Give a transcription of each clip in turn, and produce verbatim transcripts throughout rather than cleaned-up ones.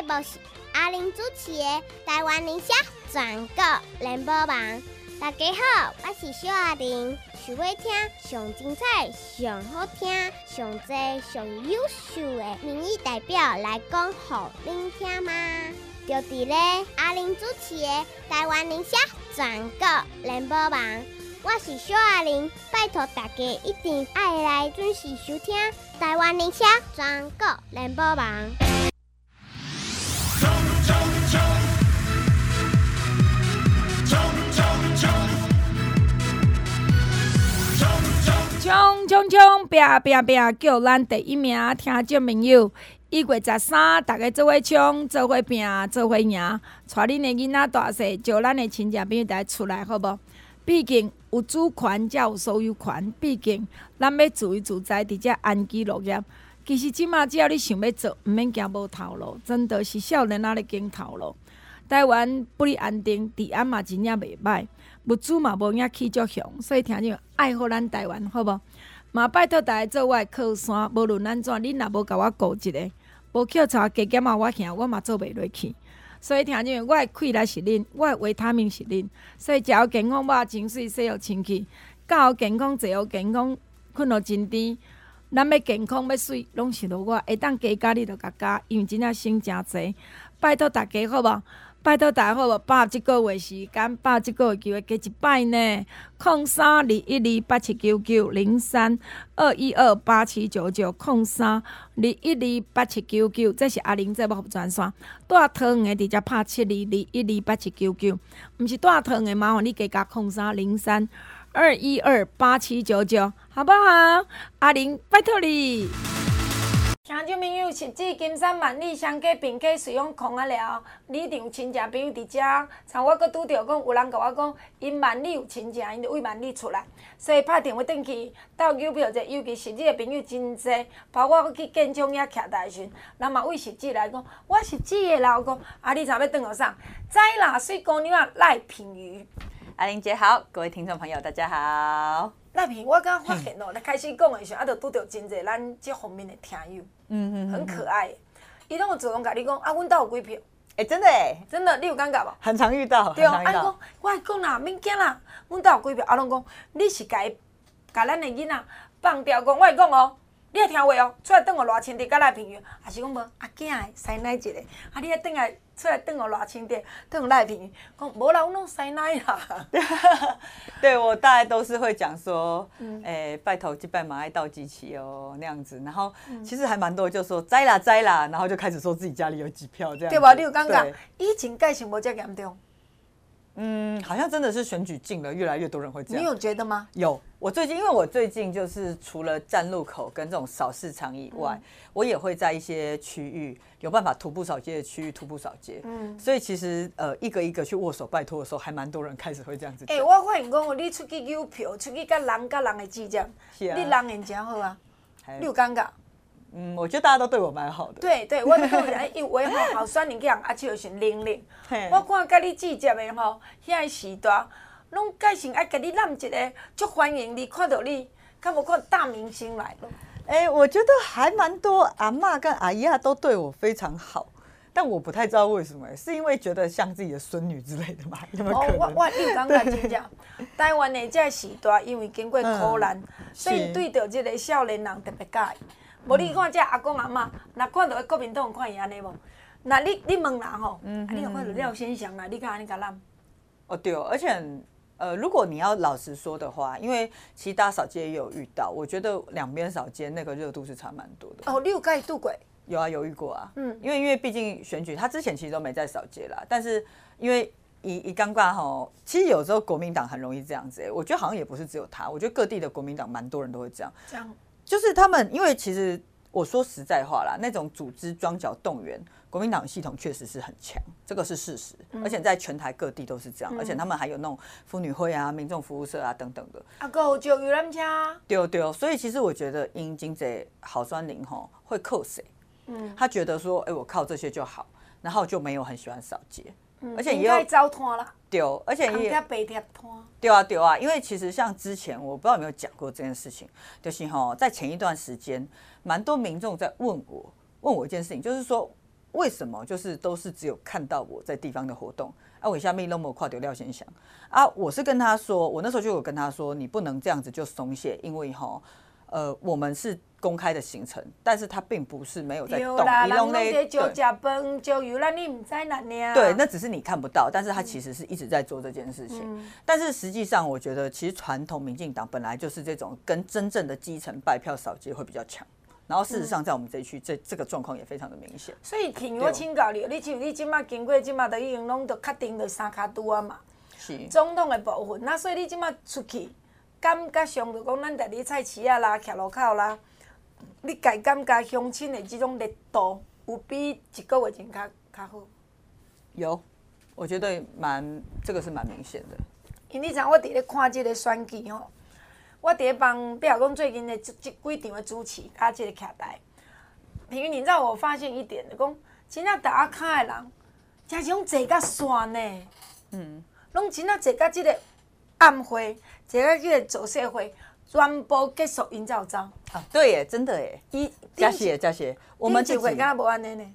目是阿玲主持的《台湾宁夏全国联播网》。大家好，我是小阿玲。想要听上精彩、上好听、上多、上优秀的民意代表来讲给您听吗？就伫咧阿玲主持的《台湾宁夏全国联播网》。我是小阿玲，拜托大家一定要来准时收听台湾宁夏全国联播网。冲冲冲！冲冲冲！ 冲冲冲！拼拼拼！叫咱第一名听众朋友，一月十三，大家做伙冲，做伙拼，做伙赢，带恁的囡仔大细，招咱的亲戚朋友来出来，好无？毕竟有主权才有所有权，毕竟咱要自由自在，伫遮安居乐业。其实即马只要你想要做，毋免行无头路，真的是少年仔咧行头路。台湾不离安定，治安嘛真正袂歹，物资嘛无影起足雄，所以听众爱好咱台湾，好无？嘛拜托大家做我的靠山，无论安怎，恁若无甲我顾一个，无捡查加减啊，我兄我嘛做袂落去。所以听众，我的气力是恁，我的维他命是恁，所以食好健康，肉真水，洗好清气，教好健康，坐好健康，困好真甜。咱要健康要水，拢是落我，会当加加你就加加，因为真正省诚济。拜托大家好无？拜托大家好无？把握即个月时间，把握即个月机会，加一摆呢。空三二一二八七九九零三二一二八七九九空三二一二八七九九，这是阿玲节目专线。带桃园的直接拍七二二一二八七九九，毋是带桃园的麻烦你加加空三零三二一二八七九九，好不好？阿玲拜托你。听众朋友，实际金山万里相隔并客随用空啊了，你场亲戚朋友伫遮，像我佫拄着讲，有人甲我讲，因万里有亲戚，因就为万里出来，所以拍电话转去到邮票者，尤其实际的朋友真侪，包括我去建昌遐徛大时，人嘛为实际来讲，我实际的老公，啊，你昨要转互啥？知啦，水姑娘啊，赖品妤。 阿玲姐好，各位听众朋友大家好。 赖品妤，我刚发现哦，咧开始讲的时候，啊，就拄着真侪咱这方面的听友。嗯嗯，很可爱。伊拢有主动甲你讲，啊，阮兜有几票。 哎、欸，真的哎， 真的，你有感觉无？ 很常遇到。 对哦，啊，讲，我会讲啦，免惊啦，阮兜有几票。啊，拢讲，你是甲伊，甲咱的囡仔放掉讲，我会讲哦，你会听话哦，出来转互偌清地，甲咱朋友，还是讲无阿囝的师奶一个，啊，你爱转来出来转互偌清地，转互咱朋友，讲无啦，阮拢师奶啦。 对，我大概都是会讲说，嗯，哎、欸，拜托这摆嘛爱倒机器哦，那样子。然后、嗯、其实还蛮多，就说栽啦栽啦，然后就开始说自己家里有几票这样。 对吧？你有感觉？以前个性无遮严重。 嗯，好像真的是选举近了，越来越多人会这样。 你有觉得吗？ 有，我最近因为我最近就是除了站路口跟这种扫市场以外，嗯、我也会在一些区域有办法徒步扫街的区域徒步扫街。嗯，所以其实呃一个一个去握手拜托的时候，还蛮多人开始会这样子。哎、 欸，我发现讲，你出去邮票，出去甲人甲人的之间，啊、你人缘真好啊，你有感觉？ 嗯，我觉得大家都对我蛮好的。 对对，我就讲哎，因为吼候选人去人啊，就是零零。我看甲你直接的吼，遐个时代，拢改成爱甲你揽一个，足欢迎你，看到你，敢无看大明星来了？ 哎、欸，我觉得还蛮多阿嬷跟阿姨啊都对我非常好，但我不太知道为什么、欸，是因为觉得像自己的孙女之类的吗？有没有可能？ 哦，我我有感觉真正，台湾的这时代，因为经过苦难，嗯、所以对着这个少年人特别介意。无你看这阿公阿嬷，若看到国民党看伊安尼无？那你你问人吼，嗯、啊，你有看到廖先祥啦，你敢安尼甲揽？ 哦对哦，而且呃，如果你要老实说的话，因为其实大家扫街也有遇到，我觉得两边扫街那个热度是差蛮多的。 哦，你有甲伊度过？ 有啊，有遇过啊。嗯，因为因为毕竟选举，他之前其实都没在扫街啦，但是因为以以尴尬吼，其实有时候国民党很容易这样子、欸，我觉得好像也不是只有他，我觉得各地的国民党蛮多人都会这样。 这样。就是他们，因为其实我说实在话啦，那种组织庄脚动员，国民党系统确实是很强，这个是事实，嗯、而且在全台各地都是这样，嗯、而且他们还有那种妇女会啊、民众服务社啊等等的。 啊，还有就游览车。 对对，所以其实我觉得因经济好酸林吼会扣谁？嗯，他觉得说，哎、欸，我靠这些就好，然后就没有很喜欢扫街。 嗯、而且也有糟摊啦， 对，而且也白贴摊， 对啊对啊，因为其实像之前我不知道有没有讲过这件事情，就是哈，在前一段时间，蛮多民众在问我问我一件事情，就是说为什么就是都是只有看到我在地方的活动啊？我下面都没有看到廖先生啊！我是跟他说，我那时候就有跟他说，你不能这样子就松懈，因为哈，呃，我们是公开的行程，但是他并不是没有在动， 对啦， 人拢在招食饭、招游览，你唔知哪呢？ 对，那只是你看不到，但是他其实是一直在做这件事情。 嗯、 但是实际上，我觉得其实传统民进党本来就是这种跟真正的基层拜票扫街会比较强。然后事实上，在我们这一区，这这个状况也非常的明显。 所以，听我请教你，你像你即马经过即马都已经拢都确定了三卡都啊嘛， 是总统的部分。那所以你即马出去，感觉上就讲咱在你菜市啊啦、徛路口啦，你家感觉乡亲的这种热度，有比一个月前较较好？ 有，我觉得蛮这个是蛮明显的。 因为你知我伫咧看这个选举吼。我伫咧帮，比如讲最近的这这几场的主持，甲这个徛台。平云，你知道我发现一点，就讲真正大家卡的人，真是拢坐甲散呢。嗯。拢真正坐甲这个暗会，坐甲这个造势会，全部结束，因才有走。 啊，对耶，真的耶。 伊加些加些，我们这回敢若无安尼呢。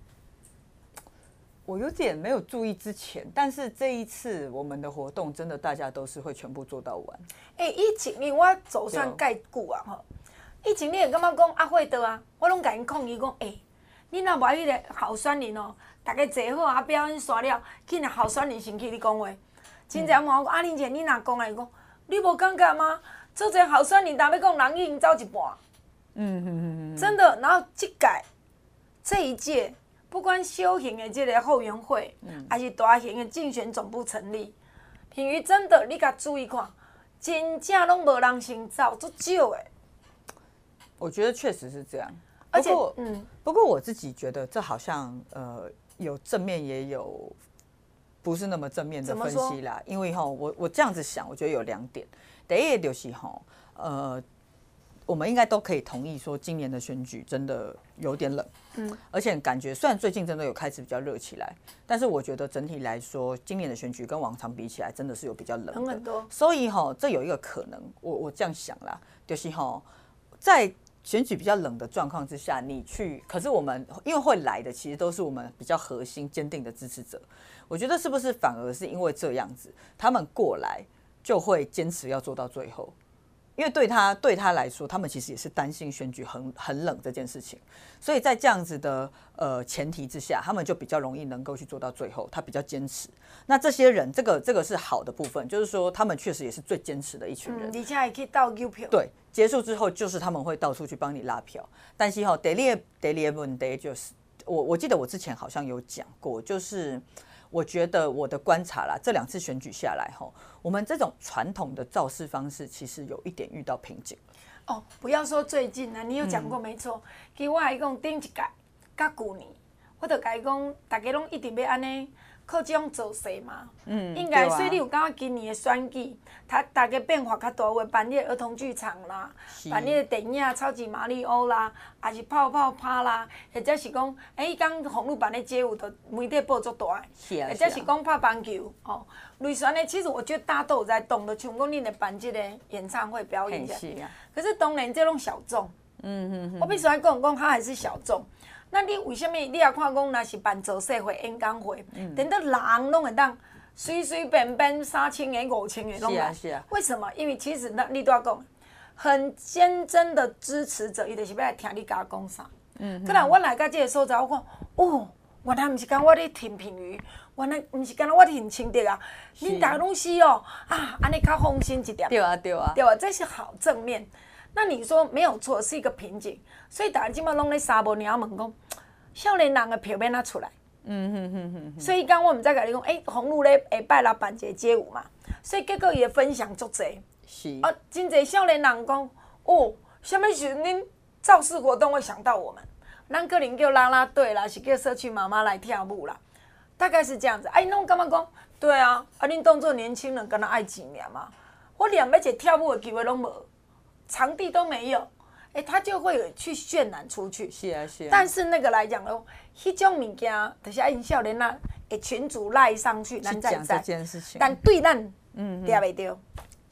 我有点没有注意之前，但是这一次我们的活动真的大家都是会全部做到完。 诶、欸，以前因为我走算介久啊吼，以前你会感觉讲啊会倒啊，我拢甲因抗议讲，诶、欸，你若无迄个候选人哦，大家坐好啊，表演煞了，去若候选人先去你讲话。真侪问我讲啊，林姐，你若讲来讲，你无感觉吗？做者候选人，但要讲人已经走一半。嗯嗯嗯嗯。真的，然后这届这一届。不管小型的这个后援会，还是大型的竞选总部成立，平鱼真的，你甲注意看，真正拢无人先走，足少的。 我觉得确实是这样， 而且， 不过， 嗯， 不过我自己觉得这好像呃有正面也有不是那么正面的分析啦。因为哈，我我这样子想，我觉得有两点。第一个就是哈，呃。我们应该都可以同意说，今年的选举真的有点冷，嗯，而且感觉虽然最近真的有开始比较热起来，但是我觉得整体来说，今年的选举跟往常比起来，真的是有比较冷的， 冷很多。 所以哈，这有一个可能，我我这样想啦，就是哈，在选举比较冷的状况之下，你去，可是我们因为会来的，其实都是我们比较核心、坚定的支持者。我觉得是不是反而是因为这样子，他们过来就会坚持要做到最后？因为对他对他来说，他们其实也是担心选举很很冷这件事情，所以在这样子的呃前提之下，他们就比较容易能够去做到最后，他比较坚持。那这些人，这个这个是好的部分，就是说他们确实也是最坚持的一群人。 嗯，而且还可以倒邮票。 对，结束之后就是他们会到处去帮你拉票，但是哈，第二第二个问题就是我我记得我之前好像有讲过，就是。我觉得我的观察啦，这两次选举下来吼，我们这种传统的造势方式其实有一点遇到瓶颈。 哦，不要说最近啊，你有讲过没错。其实我来讲顶一届，甲旧年，我就甲伊讲，大家拢一定要安尼靠这种造势嘛。嗯，应该。所以你有感觉今年的选举，他大家变化较大，有办你的儿童剧场啦，办你的电影《超级马里奥》啦，还是泡泡趴啦，或者是讲，哎，迄天红路办的街舞，就媒体报足大的，或者是讲拍棒球，哦，类似安尼。其实我觉得大家都有在动的，像讲你来办这个演唱会表演这样。可是当然这种小众，嗯嗯嗯，我必须来讲讲，它还是小众。那你为什么你也看讲，若是办造势会、演讲会，等到人拢会当随随便便三千个、五千个拢来？ 是啊， 为什么？因为其实那你都要讲，很坚贞的支持者，伊就是要来听你甲讲啥。嗯。可能我来到这个所在，我看，哦，原来毋是讲我咧听评语，原来毋是讲我听清德啊，恁大家拢是哦，啊，安尼较放心一点。 对啊，对啊。 对啊，这是好正面。那你说没有错，是一个瓶颈，所以大家今麦拢咧沙无鸟问讲，少年人的票要哪出来？嗯哼哼哼。所以刚我们在甲你讲，哎、欸，红路咧下摆来办一个街舞嘛，所以结果伊的分享足侪。 是。 啊，真侪少年人讲，哦，什么时恁造势活动会想到我们？咱可能叫啦啦队啦，是叫社区妈妈来跳舞啦，大概是这样子。哎、啊，侬干嘛讲？对啊，啊，恁当作年轻人跟他爱钱尔嘛，我连要一个跳舞的机会拢无。场地都没有，哎、欸，他就会有去渲染出去。 是啊，是啊。 但是那个来讲哦，迄种物件，就是爱因少年仔，会群主赖上去，咱再在。 这件事情。 但对咱，嗯，抓袂到。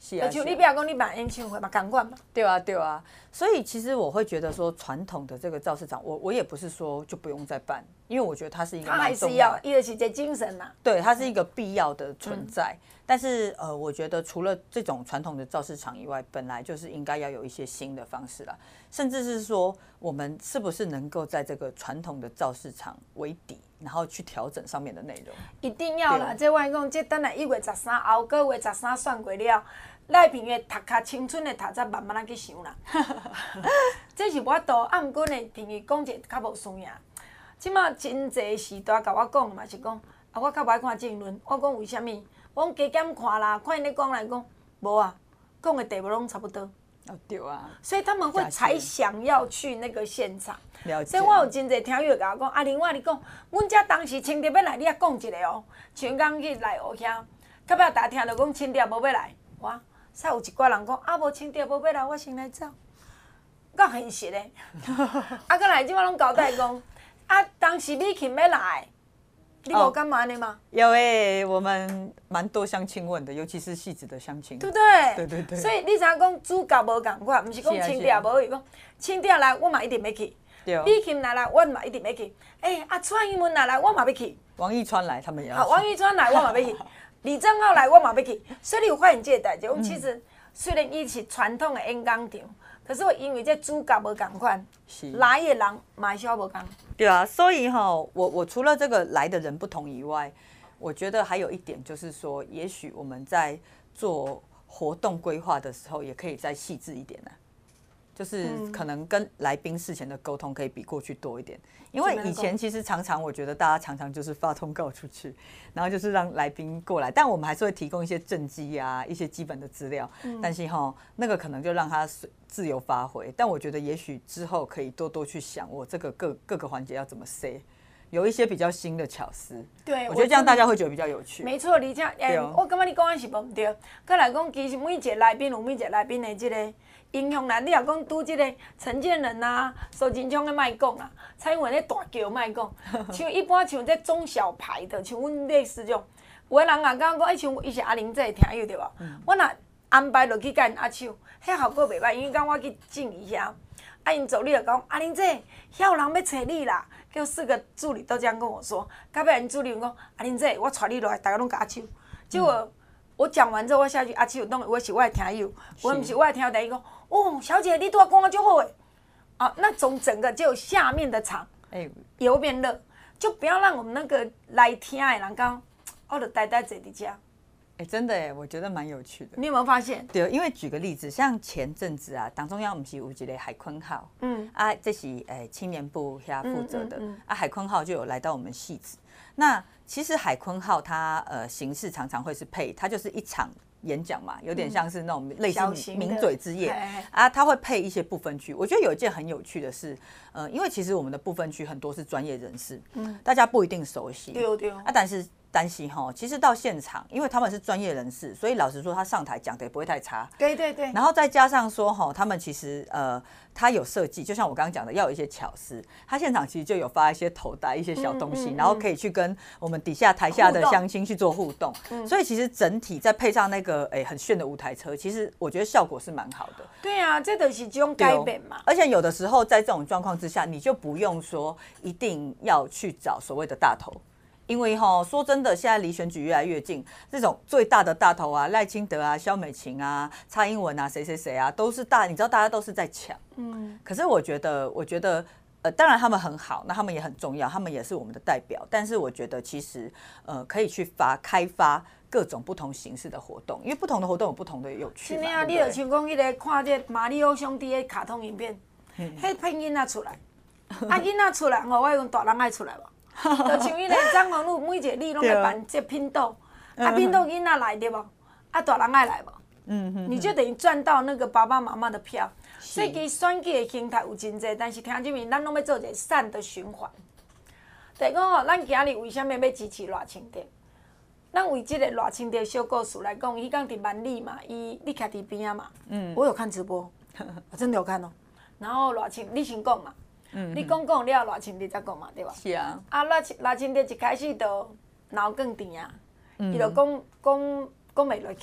是啊， 就像你比如讲，你办演唱会嘛，同款嘛。 对啊，对啊。所以其实我会觉得说，传统的这个造市场，我我也不是说就不用再办，因为我觉得它是一个它还是要，伊就是一个精神呐。 对，它是一个必要的存在。 嗯、 但是呃，我觉得除了这种传统的造市场以外，本来就是应该要有一些新的方式啦，甚至是说，我们是不是能够在这个传统的造市场为底，然后去调整上面的内容？ 一定要啦！这我讲，这等来一月十三，后个月十三算过了。赖平的读较青春的读册，慢慢仔去想啦。这是我度，啊，毋过呢，平伊讲一个较无需要。即马真侪时代甲我讲嘛，是讲啊，我较无爱看政论。我讲为虾米？我讲加减看啦，看因咧讲来讲，无啊，讲的题目拢差不多。 哦，对啊。 所以他们会才想要去那个现场。 了解。 所以我有真侪听友甲我讲，啊，另外你讲，阮遮当时青蝶要来，你也讲一个哦。像刚去来学遐，到尾大家听到讲青蝶无要来，我。煞有一寡人讲啊，无青蝶无要来，我先来走，够现实的。啊，过来即摆拢交代讲，啊，当时美琴要来，你无感觉安尼吗？ 有诶、欸，我们蛮多乡亲问的，尤其是戏子的乡亲， 对不对？ 对对对。 所以你知影讲主角无共款，毋是讲青蝶无去，讲青蝶来我嘛一定要去，美琴来来我嘛一定要去。诶、欸，啊，蔡英文来来我嘛要去， 王一川来他们也要去。 好，王一川来我嘛要去。李正浩来，我嘛要去，所以你有发现这个代志。我们其实虽然伊是传统的演讲场，可是我因为这主角无共款，来的人嘛是无共。 对啊，所以哈，我我除了这个来的人不同以外，我觉得还有一点就是说，也许我们在做活动规划的时候，也可以再细致一点呢、啊。就是可能跟来宾事前的沟通可以比过去多一点，因为以前其实常常我觉得大家常常就是发通告出去，然后就是让来宾过来，但我们还是会提供一些政绩啊，一些基本的资料，但是哈那个可能就让他自由发挥。但我觉得也许之后可以多多去想，我这个各各个环节要怎么塞，有一些比较新的巧思。 对， 我觉得这样大家会觉得比较有趣。 没错，而且诶，我感觉你讲的是无毋对。再来讲，其实每一个来宾有每一个来宾的这个。影响啦，你若讲拄即个陈建仁啊、苏贞昌的莫讲啦，蔡英文咧大叫莫讲，像一般像这中小牌的，像阮类似种，有的人也讲讲，哎，像伊是阿玲姐听友对无？嗯、我若安排落去甲因握手，迄效果袂歹，因为讲我去静一下，啊，因助理就讲阿玲姐，遐有人要找你啦，叫四个助理都这样跟我说，到尾因助理讲阿玲姐，我带你落来，大家拢甲握手，结果。嗯我讲完之后，我下去阿七有弄，我是我的听友，我唔是我的听友，等于讲，哦，小姐你拄仔讲啊，就好诶，啊，那从整个就下面的场，哎，也会变热，就不要让我们那个来听的人讲，我就呆呆坐伫遮。 哎，真的哎，我觉得蛮有趣的。 你有没有发现？ 对，因为举个例子，像前阵子啊，党中央不是有一个海鲲号，嗯，啊，这是诶青年部遐负责的，嗯嗯嗯、啊，海鲲号就有来到我们戏子。那其实海鲲号它呃形式常常会是配，它就是一场演讲嘛，有点像是那种类似名嘴之夜啊，它会配一些不分区。我觉得有一件很有趣的是，呃，因为其实我们的不分区很多是专业人士，嗯，大家不一定熟悉， 对对， 啊，但是。担心哈，其实到现场，因为他们是专业人士，所以老实说，他上台讲的也不会太差。 对对对。 然后再加上说哈，他们其实呃，他有设计，就像我刚刚讲的，要有一些巧思。他现场其实就有发一些头带、一些小东西，嗯嗯嗯、然后可以去跟我们底下台下的乡亲去做互动。嗯、所以其实整体再配上那个诶、欸、很炫的舞台车，其实我觉得效果是蛮好的。 对啊，这都是这种改变嘛。 而且有的时候在这种状况之下，你就不用说一定要去找所谓的大头。因为哈，说真的，现在离选举越来越近，这种最大的大头啊，赖清德啊、萧美琴啊、蔡英文啊、谁谁谁啊，都是大，你知道大家都是在抢。嗯。可是我觉得，我觉得，呃，当然他们很好，那他们也很重要，他们也是我们的代表。但是我觉得，其实呃，可以去发开发各种不同形式的活动，因为不同的活动有不同的有趣嘛。 是啊，你就像讲迄个看这马里奥兄弟的卡通影片，迄配囡仔出来，啊囡仔出来吼，我用大人爱出来无？就像迄个张宏路每一个里拢在办这拼斗，啊拼斗囡仔来对无？啊大人爱来无？嗯嗯，你就等于赚到那个爸爸妈妈的票。所以其实选举的形态有真济，但是听这面咱拢要做一个善的循环。就是讲吼，咱今日为什么要支持赖清德？咱为这个赖清德小故事来讲，伊讲伫万里嘛，伊你徛伫边仔嘛，嗯，我有看直播，我真的有看哦。然后赖清，你先讲嘛。嗯、你讲讲了，赖清德才讲嘛，对吧？ 是啊。 啊，赖赖清德一开始就脑更甜啊，伊、嗯、就讲讲讲袂落去。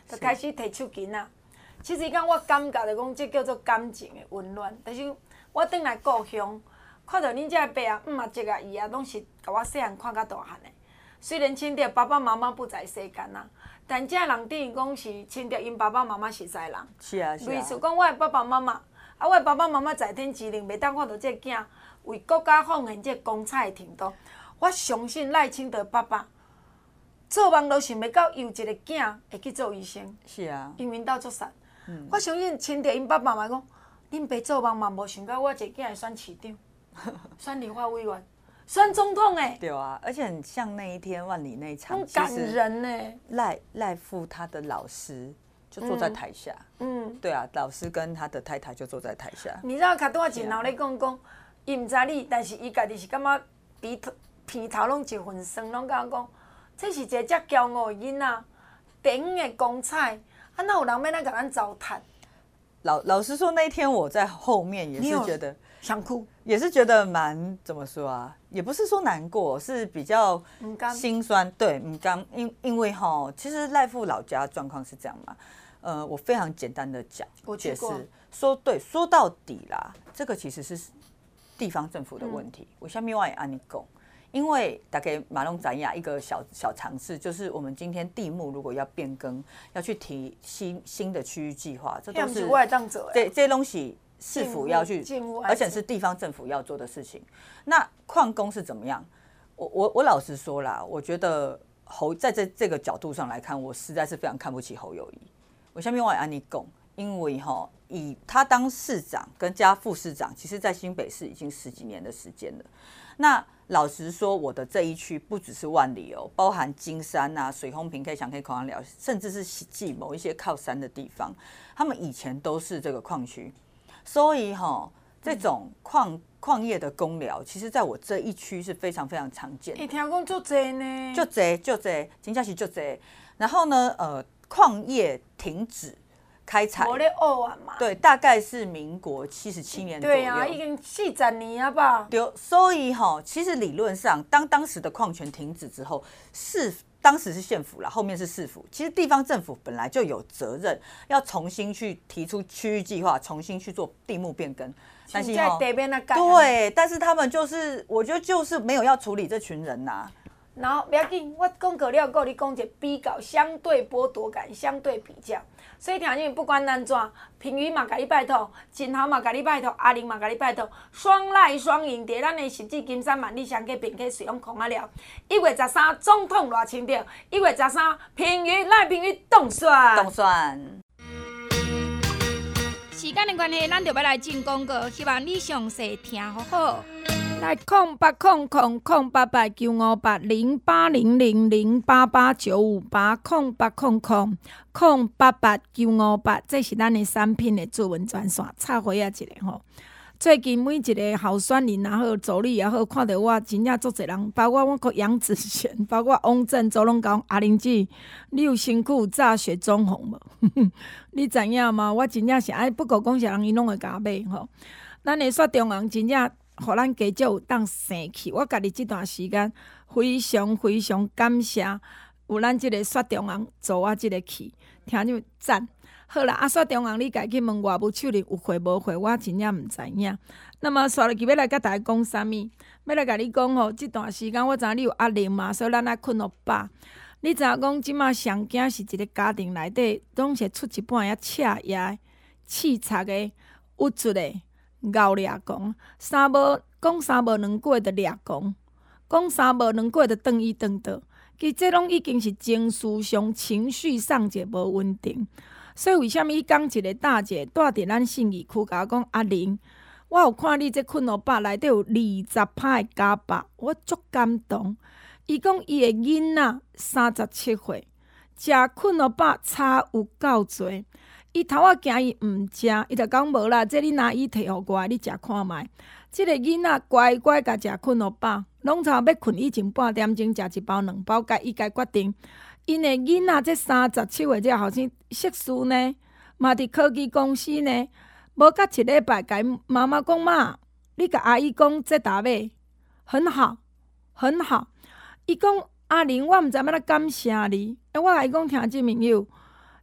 就开始摕手机啊。其实讲我感觉着讲，这叫做感情的温暖。但是我转来故乡，看到恁遮爸啊、姆啊、叔啊、姨啊，拢是甲我细汉看到大汉的。虽然亲着爸爸妈妈不在世间啊，但这人等于讲是亲着因爸爸妈妈熟悉人。 是啊是啊。 类似讲我的爸爸妈妈，啊，我的爸爸妈妈在天之灵，袂当看到这个囝为国家奉献这光彩的程度。我相信赖清德爸爸。做梦都想袂到，有一个囝会去做医生。 是啊。 因为因兜作善，嗯、我相信亲着因爸爸嘛讲，恁爸做梦嘛无想到我一个囝会选市长，选立法委员，选总统诶。 对啊，而且很像那一天万里那一场， 很感人呢。 赖赖父他的老师就坐在台下，嗯，嗯对啊，老师跟他的太太就坐在台下。 你知道，卡拄仔真闹咧讲讲，伊毋知你，但是伊家己是感觉鼻头鼻头拢一份酸，拢甲我讲。这是一个遮骄傲的囡仔，地方的光彩，啊，哪有人要来甲咱糟蹋？ 老老实说，那一天我在后面也是觉得想哭， 也是觉得蛮怎么说啊？也不是说难过，是比较心酸。对，唔甘，因因为哈，其实赖父老家状况是这样嘛。呃，我非常简单的讲，解释说，对，说到底啦，这个其实是地方政府的问题。嗯、我下面我也按你讲。因为大概马龙展亚一个小小尝试，就是我们今天地目如果要变更，要去提新新的区域计划，这都是这这东西市府要去，而且是地方政府要做的事情。那矿工是怎么样？我我我老实说啦，我觉得侯在这这个角度上来看，我实在是非常看不起侯友宜。我下面我也按你讲，因为哈以他当市长跟加副市长，其实在新北市已经十几年的时间了。那老实说，我的这一区不只是万里哦，包含金山啊、水烘坪、可以想可以口上聊，甚至是喜记某一些靠山的地方，他们以前都是这个矿区，所以哈、哦，这种矿矿业的工寮，其实在我这一区是非常非常常见的。 你听讲就多呢， 就多就多，真正是就多。然后呢，呃，矿业停止。开采，对，大概是民国七十七年左右。 对啊，已经四十年了吧？ 对，所以哈，其实理论上，当当时的矿权停止之后，市当时是县府啦，后面是市府。其实地方政府本来就有责任，要重新去提出区域计划，重新去做地目变更。但是哈，对，但是他们就是，我觉得就是没有要处理这群人呐、啊。 然后不要紧，我讲过了，跟你讲一个比较相对剥夺感，相对比较。所以听见不管安怎，平宇嘛甲你拜托，真豪嘛甲你拜托，阿玲嘛甲你拜托，双赖双赢，伫咱的实质金山万里乡去并去使用空啊了。一月十三总统热清着，一月十三平宇赖平宇当选。 当选。 时间的关系，咱就要来进广告，希望你详细听好好。来空八空空空八八九五八零八零零零八八九五八空八空空空八八九五八，这是咱的产品的主文专线。插回啊一个吼，最近每一个候选人也好，助理也好，看到我真正足侪人，包括我个杨子贤，包括翁振洲拢讲阿玲姐，你有身躯有炸雪中红无？你知影吗？我真正是爱不过讲啥人伊拢会甲买吼。咱的雪中红真正。互咱家少有当生气，我家己即段时间非常非常感谢有咱即个雪中红做我即个气，听就赞。好啦，啊雪中红你家去问外务手里有货无货，我真正毋知影。那么刷落去要来甲大家讲啥物？要来甲你讲吼，即段时间我知影你有压力嘛，所以咱爱困落饱。你知影讲即马上惊是一个家庭内底，拢是出一半遐赤野、刺擦的、郁卒的。熬掠讲，三无讲三无两过就掠讲，讲三无两过就转伊转倒，其实这拢已经是情绪上、情绪上就无稳定。所以为虾米伊讲一个大姐住伫咱信义区，甲我讲阿玲，我有看你这困落饱内底有二十趴的假白，我足感动。伊讲伊的囡仔三十七岁，食困落饱差有够侪。伊头仔惊伊毋食，伊就讲无啦，这你拿伊摕互我，你食看卖。即、这个囡仔乖乖甲食困落饱，拢差要困以前半点钟食一包两包，甲伊家决定。因的囡仔这三十七岁这后生硕士呢，嘛伫科技公司呢，无甲一礼拜，甲妈妈讲妈，你甲阿姨讲这搭买很好，很好。伊讲阿玲，我毋知要怎感谢你，我甲伊讲听即朋友。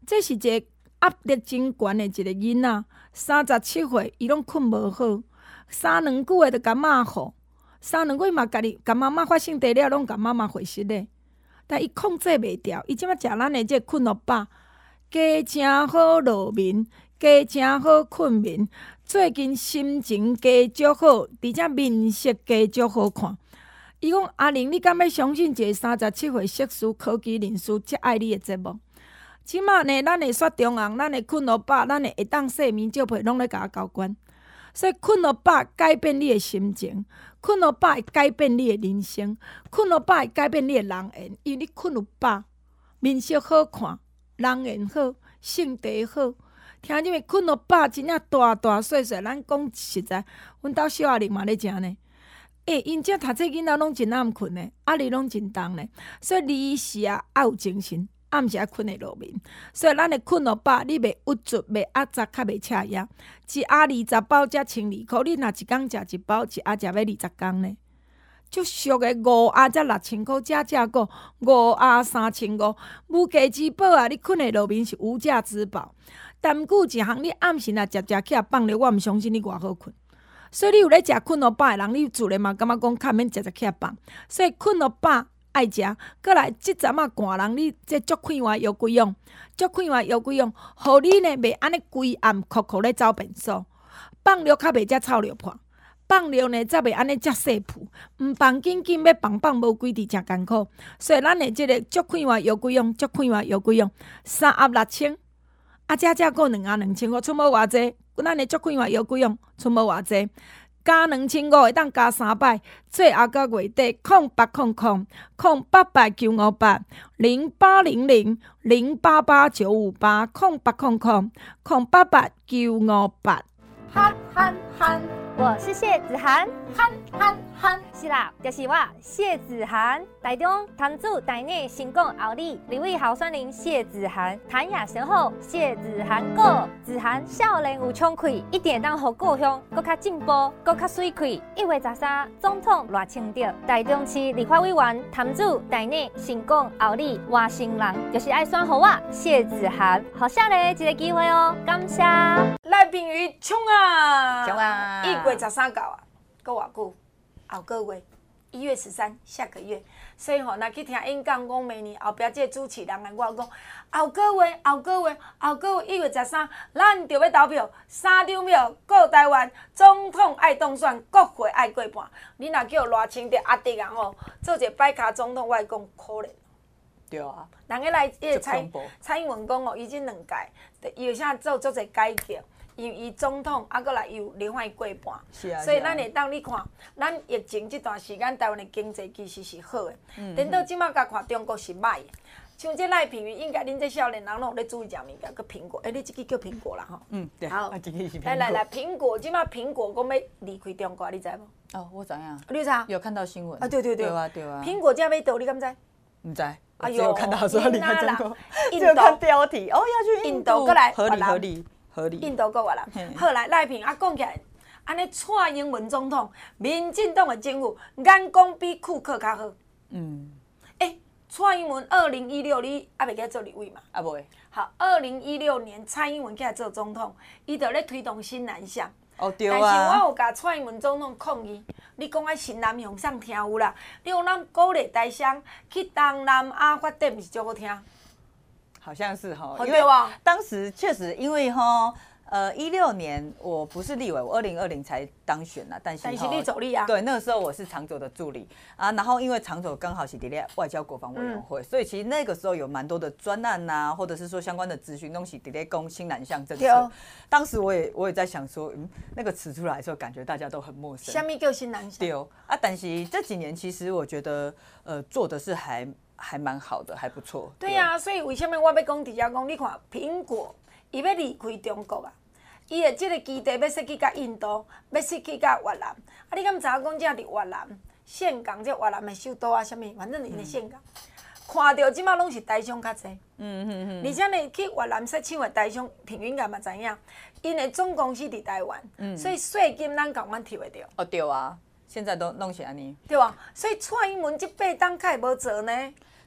这是一个压力真悬的一个囡仔，三十七岁，伊拢困无好，三两句话就甲妈呼，三两句嘛家己甲妈妈发生地了，拢甲妈妈回失咧。但伊控制袂掉，伊即摆食咱的这困乐饱，加真好落眠，加真好困眠。最近心情加足好，而且面色加足好看。伊讲阿玲，你敢要相信一个三十七岁硕士科技人士遮爱你的节目？即马呢，咱的雪中红，咱的困乐饱，咱的会当睡眠照配，拢咧甲我交关。所以困乐饱改变你的心情，困乐饱会改变你的人生，困乐饱会改变你的人缘，因为你困有饱，面色好看，人缘好，性地好。听入去困乐饱真正大大细细，咱讲实在，阮兜小阿玲嘛咧食呢。诶、欸，因遮读册囡仔拢真暗困呢，压力拢真重呢，所以你时啊爱有精神。暗时啊困会落眠，所以咱的困乐饱，你袂郁卒，袂压杂，较袂赤夜。一盒二十包才千二箍，你若一工食一包，一盒食要二十工呢。足俗的五盒才六千箍，价价个五盒三千五，无价之宝啊！你困会落眠是无价之宝。但毋过一项，你暗时若食食起来放咧，我毋相信你偌好困。所以你有咧食困乐饱的人，你自然嘛感觉讲较免食食起来放。所以困乐饱。爱食，过来即阵啊，寒人你这足快活摇几样，足快活摇几样，互你呢袂安尼规暗哭哭咧走便所，放尿较袂遮臭尿破，放尿呢则袂安尼遮细铺，毋放紧紧要放放无几滴诚艰苦，所以咱的即个足快活摇几样，足快活摇几样，三盒六千，啊遮遮个两盒两千五，出无偌济，咱的足快活摇几样，出无偌济。加两千五会当加三百，最后到月底空八空空空八八九五八零八零零零八八九五八空八空空空八八九五八。 憨憨憨，我是谢子涵，憨憨憨，是啦，就是我谢子涵。台中堂主台内成功后里，立位候选人谢子涵，谈雅神后谢子涵过，子涵少年有冲气，一定当互故乡搁较进步，搁较水开。一月十三，总统赖清德，台中市立法委员堂主台内成功后里，外省人就是爱选互我谢子涵，好少年一个机会哦，感谢。 赖品妤冲啊！ 冲啊！ 一月十三到啊，搁偌久？后个月一月十三，下个月。所以吼，若去听演讲讲明年后壁这个主持人来，我讲后个月、后个月、后个月一月十三，咱就要投票，三张票，顾台湾总统爱当选，国会爱过半。你若叫赖清德阿弟人吼，做一个摆卡总统，我会讲可怜。 对啊， 人个来，迄个蔡蔡英文讲哦，伊即两届，伊有啥做做者改革。因为伊总统，啊，搁来又另外过半， 是啊， 所以咱会当你看，咱疫情这段时间，台湾的经济其实是好的。嗯。等到即马甲看中国是歹的，像这赖品妤，应该恁这少年人拢有咧注意食物件，个苹果，哎、欸，你即支叫苹果啦吼。 嗯，对。 好， 啊，这个是苹果。 来来来，苹果，即马苹果讲要离开中国，你知无？ 哦，我知影。 你知？ 有看到新闻。 啊，对对对。 对啊，对啊。 苹果这要倒，你敢知？ 唔知。 哎呦，有看到说离开中国， 只有看标题，哦，要去印度，过来， 合理合理。合理印度国越南，好来赖品啊，讲起来，安尼蔡英文总统、民进党的政府眼光比库克较好。嗯。诶、欸，蔡英文二零一六你还袂记做立委嘛？ 啊袂。 好，二零一六年蔡英文起来做总统，伊就咧推动新南向。 哦对啊。 但是我有甲蔡英文总统抗议，你讲爱新南向上听有啦，你讲咱鼓励台商去东南亚发展，毋是足好听。 好像是哈， 因为当时确实因为哈，呃，一六年我不是立委，我二零二零才当选啦，但是但是你走立啊， 对，那个时候我是长佐的助理啊，然后因为长佐刚好是伫咧外交国防委员会，嗯、所以其实那个时候有蛮多的专案呐、啊，或者是说相关的咨询东西伫咧攻新南向政策。当时我也我也在想说，嗯，那个词出来的时候，感觉大家都很陌生。 什么叫新南向？ 对啊，但是这几年其实我觉得，呃，做的是还。还蛮好的，还不错。 对呀、啊，所以为什么我要讲直接讲？你看苹果，伊要离开中国啊，伊的这个基地要设计到印度，要设计到越南。啊，你敢知影讲这伫越南岘港，这越南的首都啊，什么，反正因的岘港，嗯、看到即马拢是台商较济。嗯嗯嗯。而且呢，去越南设厂的台商，品妤敢嘛知影，因的总公司伫台湾，嗯、所以税金咱共阮抽会着。 哦，对啊。现在都弄起来呢， 对吧？所以蔡英文这八档开无做呢。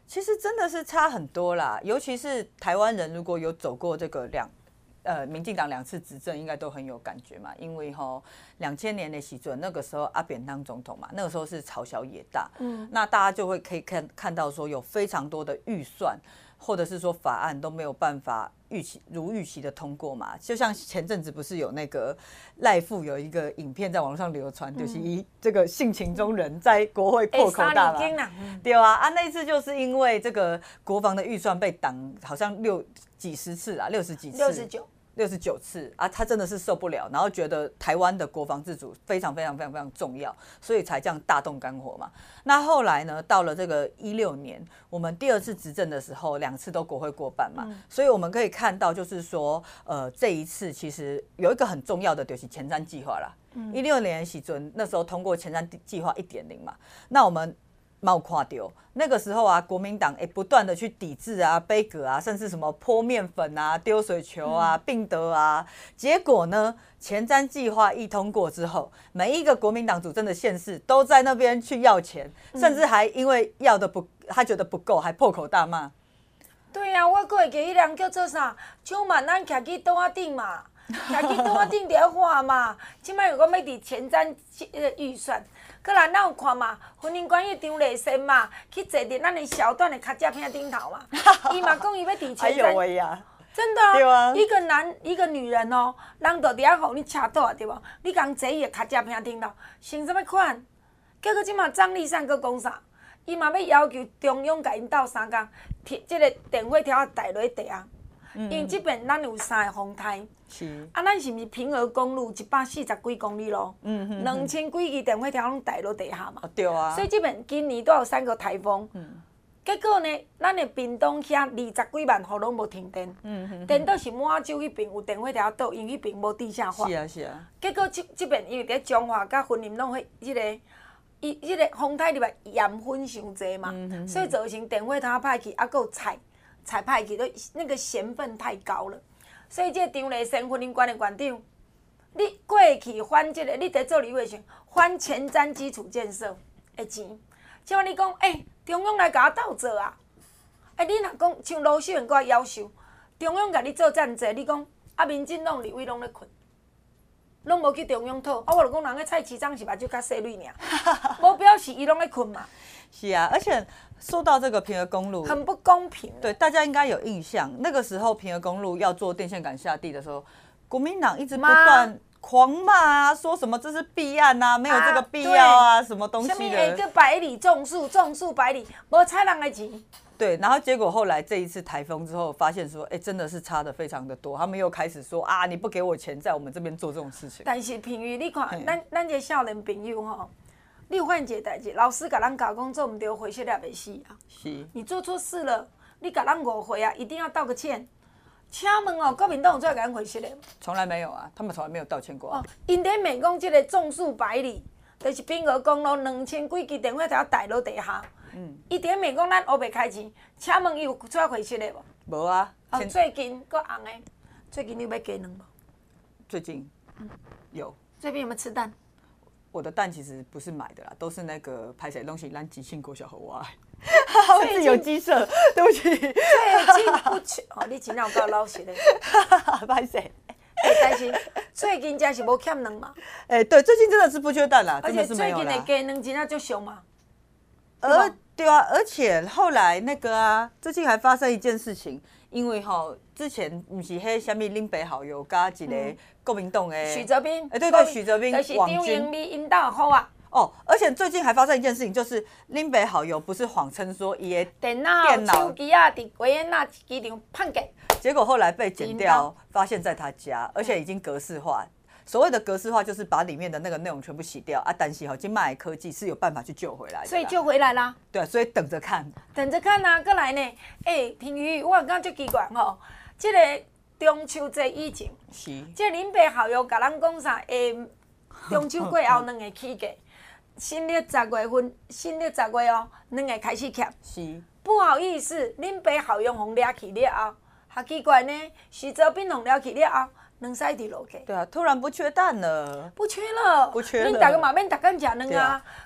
其实真的是差很多啦，尤其是台湾人如果有走过这个两。呃，民进党两次执政应该都很有感觉嘛，因为哈两千年的时阵，那个时候阿扁当总统嘛，那个时候是朝小野大，嗯，那大家就会可以看看到说有非常多的预算或者是说法案都没有办法预期如预期的通过嘛，就像前阵子不是有那个赖副有一个影片在网络上流传，就是一这个性情中人在国会破口大骂，对啊，啊那一次就是因为这个国防的预算被挡，好像六几十次啦，六十几次， 六十九。 六十九次啊，他真的是受不了，然后觉得台湾的国防自主非常非常非常非常重要，所以才这样大动肝火嘛。那后来呢，到了这个一六年，我们第二次执政的时候，两次都国会过半嘛，嗯、所以我们可以看到，就是说，呃，这一次其实有一个很重要的就是前瞻计划啦。一六、嗯、年时阵那时候通过前瞻计划一点零嘛，那我们。冒看到那个时候啊，国民党哎不断的去抵制啊、杯葛啊，甚至什么泼面粉啊、丢水球啊、并德啊，结果呢，前瞻计划一通过之后，每一个国民党主政的县市都在那边去要钱，甚至还因为要的不，他觉得不够，还破口大骂。 对啊，我还会记迄人叫做啥，秋满咱徛去桌仔顶嘛，徛去桌仔顶伫遐画嘛，即摆又讲要伫前瞻预算。搁来，咱有看嘛？婚姻关系张丽仙嘛，去坐伫咱的小段的卡架片顶头嘛。伊嘛讲伊要伫前瞻。哎呦喂呀！真的啊，对啊，一个男一个女人哦，人就伫遐互你车倒对无？你共坐伊的卡架片顶头，穿什么款？结果即马张丽善搁讲啥？伊嘛要要求中央甲因斗相共，即个电火条带落地啊。因为即边咱有三个风台。是啊，咱是毋是平和公路一百四十几公里路？嗯嗯，两千几支电火条拢带落地下嘛。对啊。所以即边今年都有三个台风。嗯。结果呢，咱的屏东遐二十几万户拢无停电。嗯嗯。电倒是满洲迄边有电火条倒，因为迄边无地下化。是啊是啊。结果即即边因为伫彰化甲云林拢迄迄个，伊迄个风台里面盐分伤济嘛，嗯、所以造成电火条歹去，啊，搁有菜菜歹去，都那个咸分太高了。所以，这张丽仙婚姻馆的馆长，你过去还这个，你在做立委时还前瞻基础建设的钱，即摆你讲，哎、欸，中央来甲我斗做啊！哎、欸，你若讲像卢秀燕甲我要求，中央甲你做遮济，你讲啊，民进党立委拢咧困，拢无去中央讨，啊，我就讲人个蔡市长是目睭较细蕊尔，无表示伊拢咧困嘛。 是啊，而且说到这个平和公路， 很不公平。 对，大家应该有印象，那个时候平和公路要做电线杆下地的时候，国民党一直不断狂骂啊，说什么这是弊案啊，没有这个必要啊，啊什么东西的。什么下个百里种树，种树百里，无采人的钱。 对，然后结果后来这一次台风之后，发现说，哎，真的是差的非常的多。他们又开始说啊，你不给我钱，在我们这边做这种事情。 但是平宇，你看，咱咱这少年朋友吼。你有发现一个代志，老师甲咱教讲做唔对，回去了袂死啊。是。你做错事了，你甲咱误会啊，一定要道个歉。请问哦，国民党有出来甲咱回去的？ 从来没有啊，他们从来没有道歉过、啊。哦， 因在骂讲这个种树百里，就是平和公路两千几支电火条带落地下。嗯。伊伫骂讲咱乌白开钱，请问伊有出来回去的无？ 无啊。 哦，最近搁红的，最近你要加卵无？ 最近，嗯，有。 最近有没有吃蛋？ 我的蛋其实不是买的啦，都是那个拍谁东西咱急性国小和我爱， 我自己有鸡舍，对不起。最近不缺哦，你真有够老实的。 拍谁？ 哎，但是最近真是无欠卵嘛。 哎，对，最近真的是不缺蛋啦， 而且最近的鸡卵真的就凶嘛。 而对啊，而且后来那个啊，最近还发生一件事情。因为吼，之前不是迄什么林北好友加一个国民党的许哲斌， 哎，对对，许哲斌就是张英美引导好啊。 哦，而且最近还发生一件事情，就是林北好友不是谎称说伊的电脑、手机啊，伫维也纳机场判给， 结果后来被剪掉，发现在他家，而且已经格式化。所谓的格式化就是把里面的那个内容全部洗掉啊，但是吼，今麦科技是有办法去救回来的， 所以救回来啦。 对，所以等着看， 等着看啊，过来呢。哎、欸，平宇，我感觉足奇怪吼，这个中秋节以前，是，这林北好友甲咱讲啥？诶，中秋过后两个起价，新历十月份，新历十月哦，两个开始欠。是，不好意思，林北好友互掠去了后，好奇怪呢，徐泽斌互掠去了后。能塞地落去。 对啊，突然不缺蛋了。 不缺了， 不缺了。 恁大家嘛免逐天食卵啊！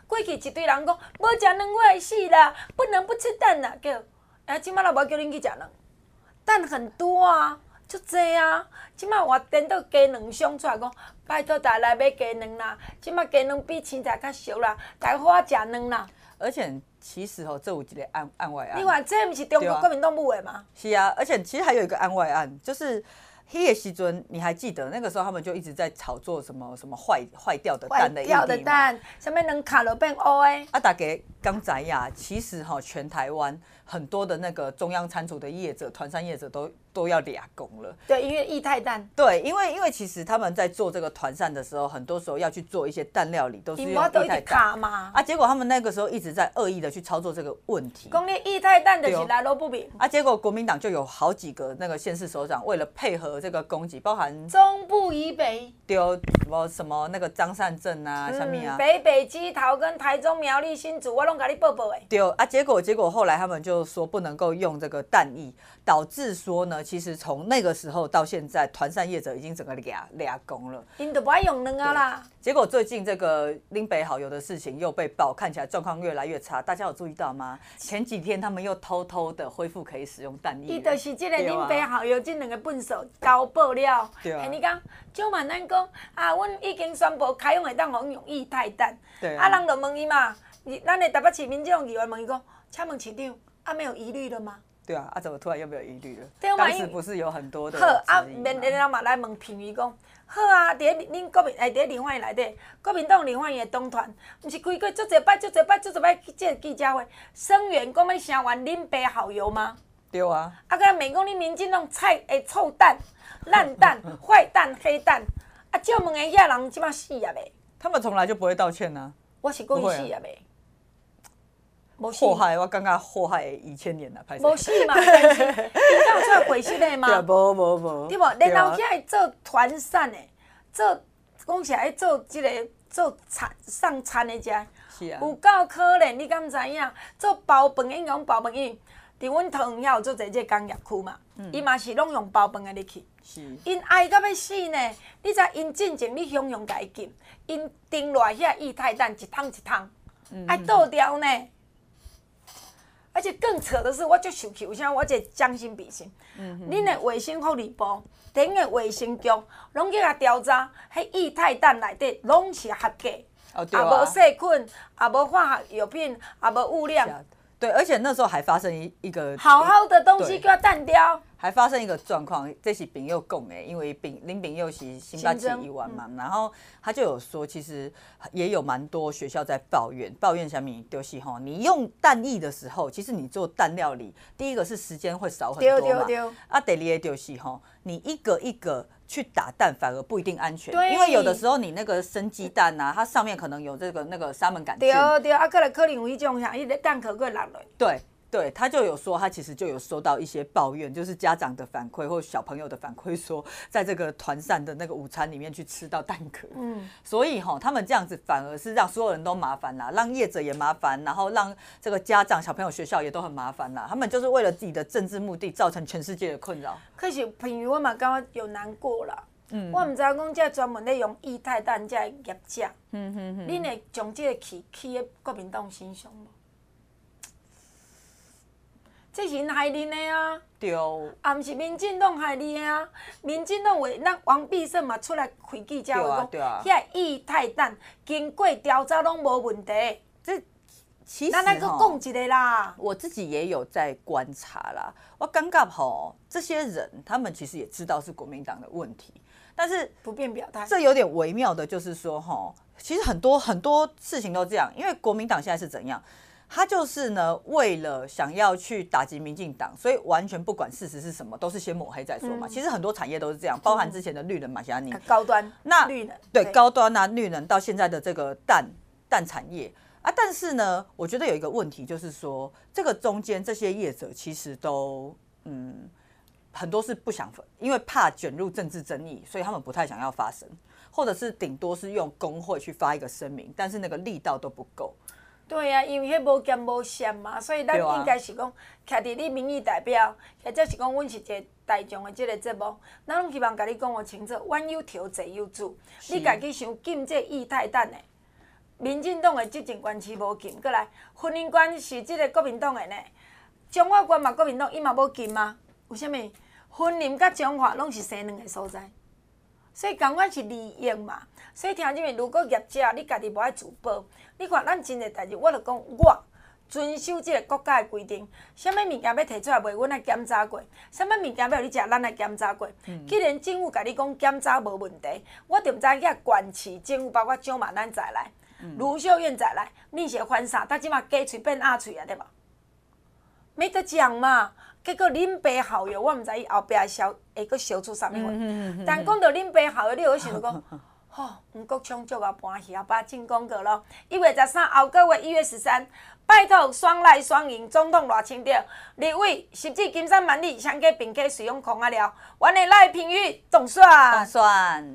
过去一堆人讲，无食卵会死啦，不能不吃蛋啦，叫，哎，即摆也无叫恁去食卵，蛋很多啊，足济啊，即摆我颠倒鸡卵箱出来讲，拜托大家来买鸡卵啦，即摆鸡卵比青菜较俗啦，大家好啊食卵啦。 而且其实哦，这有一个案案外案。 你看，这不是中国国民党母的吗？ 是啊，而且其实还有一个案外案，就是迄个时阵，你还记得那个时候他们就一直在炒作什么什么坏坏掉的蛋的议题吗？ 坏掉的蛋，什么能卡了变黑的？ 啊，大家刚知呀，其实哈、哦，全台湾很多的那个中央餐厨的业者、团膳业者都都要俩工了。 对，因为液态蛋。 对，因为因为其实他们在做这个团膳的时候，很多时候要去做一些蛋料理，都是用液态蛋嘛。 啊，结果他们那个时候一直在恶意的去操作这个问题。 讲你液态蛋就是来路不明。 啊，结果国民党就有好几个那个县市首长，为了配合这个攻击，包含中部以北， 丢什么什么那个张善政啊，什么啊， 北北基桃跟台中苗栗新竹，我拢给你报报诶。 对啊，结果结果后来他们就说不能够用这个蛋液，导致说呢，其实从那个时候到现在，团膳业者已经整个俩俩工了， 因都不爱用卵啊啦。 结果最近这个林北好油的事情又被爆，看起来状况越来越差。大家有注意到吗？前几天他们又偷偷的恢复可以使用蛋液。 伊就是这个林北好油这两个笨手交爆了。 对啊。 哎，你讲，就嘛咱讲啊，阮已经宣布开用会当用液态蛋。 对啊。啊，人就问伊嘛，咱的台北市民众议员问伊讲，请问市长，啊没有疑虑了吗？ 对啊，啊怎么突然又没有疑虑了？ 对嘛， 当时不是有很多的好啊，免得人嘛来问评语讲，好啊，伫咧恁国民哎，伫咧立法院内底，国民党立法院的党团，毋是开过足侪摆、足侪摆、足侪摆即个记者会，声援讲要声援林北好油吗？ 对啊。 啊，甲美讲你民进党菜诶臭蛋、烂蛋、坏蛋、黑蛋，啊，照问的遐人即摆死也未？ 他们从来就不会道歉呢、啊。 我是讲伊死也未？ 祸害，我感觉祸害一千年了，拍无死嘛，但是伊敢有出来回息的吗？ 对，无无无。 对无？然后遐做团膳的，做讲是爱做即个做餐送餐的食， 是啊， 有够可怜，你敢知影？做包饭的，用包饭因，伫阮桃园遐有做侪这工业区嘛，伊嘛是拢用包饭的入去。 是。 因爱到要死呢，你知因进前你汹汹甲伊禁，因订落遐液态蛋一桶一桶，爱倒掉呢。而且更扯的是，我足生气，为啥？我一个将心比心。恁的卫生福利部、顶的卫生局，拢去甲调查，迄液态蛋内底拢是合格，也无细菌，也无化学药品，也无污染。 对，而且那时候还发生一一个好好的东西叫淡掉。 还发生一个状况，这是丙佑讲的，因为丙林丙佑是新北市议员嘛，然后他就有说，其实也有蛮多学校在抱怨，抱怨什么就是吼，你用蛋液的时候，其实你做蛋料理，第一个是时间会少很多嘛，啊，第二个就是吼，你一个一个去打蛋反而不一定安全，因为有的时候你那个生鸡蛋啊，它上面可能有这个那个沙门杆菌， 对对，啊，可能可能有迄种像迄个蛋壳会落落。 对。对，他就有说，他其实就有收到一些抱怨，就是家长的反馈或小朋友的反馈，说在这个团膳的那个午餐里面去吃到蛋壳。嗯，所以哈、哦，他们这样子反而是让所有人都麻烦啦，让业者也麻烦，然后让这个家长、小朋友、学校也都很麻烦啦。他们就是为了自己的政治目的，造成全世界的困扰。 可是，譬如我嘛感觉有难过啦。嗯，我唔知影讲这专门咧用液态蛋这业者，嗯嗯嗯，恁会将这个气气喺国民党身上无？这是因害恁的啊！ 对， 啊，毋是民进党害你的啊！民进党为咱王必胜嘛出来开记者会讲，遐液态蛋经过调查拢无问题。 这其实咱来个讲一个啦， 我自己也有在观察啦。我感觉吼，这些人他们其实也知道是国民党的问题，但是不便表态。 这有点微妙的，就是说吼，其实很多很多事情都这样，因为国民党现在是怎样？他就是呢，为了想要去打击民进党，所以完全不管事实是什么，都是先抹黑再说嘛。嗯、其实很多产业都是这样，包含之前的绿能马霞尼、 嗯、高端那绿能对高端啊绿能到现在的这个蛋蛋产业啊，但是呢，我觉得有一个问题就是说，这个中间这些业者其实都嗯很多是不想，因为怕卷入政治争议，所以他们不太想要发声，或者是顶多是用工会去发一个声明，但是那个力道都不够。 对啊，因为迄无兼无嫌嘛，所以咱应该是讲，徛伫你民意代表，或者是讲，阮是一个大众的即个节目，咱拢希望甲你讲个清楚，冤有头，债有主。你家己想禁这液态蛋的， 民进党的执政关系无禁，过来婚姻关是即个国民党的呢。中华关嘛，国民党伊嘛无禁吗？为虾米？婚姻甲中华拢是生两个所在，所以同款是利益嘛。所以听姐妹，如果业者你家己无爱自保，你看咱真侪代志，我就讲我遵守即个国家的规定，啥物物件要摕出来卖，阮来检查过；啥物物件要你食，咱来检查过。嗯、既然政府甲你讲检查无问题，我就毋知遐县市政府包括蒋万咱再来，嗯、卢秀燕再来，你是翻啥？他即马鸡喙变鸭喙啊，对无？没得讲嘛。结果恁爸好友，我毋知伊后壁烧会阁烧出啥物货。嗯、但讲到恁爸好友，你有想讲，吼、哦，黄国昌足够欢喜啊，把进广告咯。一月十三，后个月一月十三，拜托双赖双赢，总统偌清着，立委十指金山万里，相隔并可使用空啊了，阮的赖评语总算。 总算。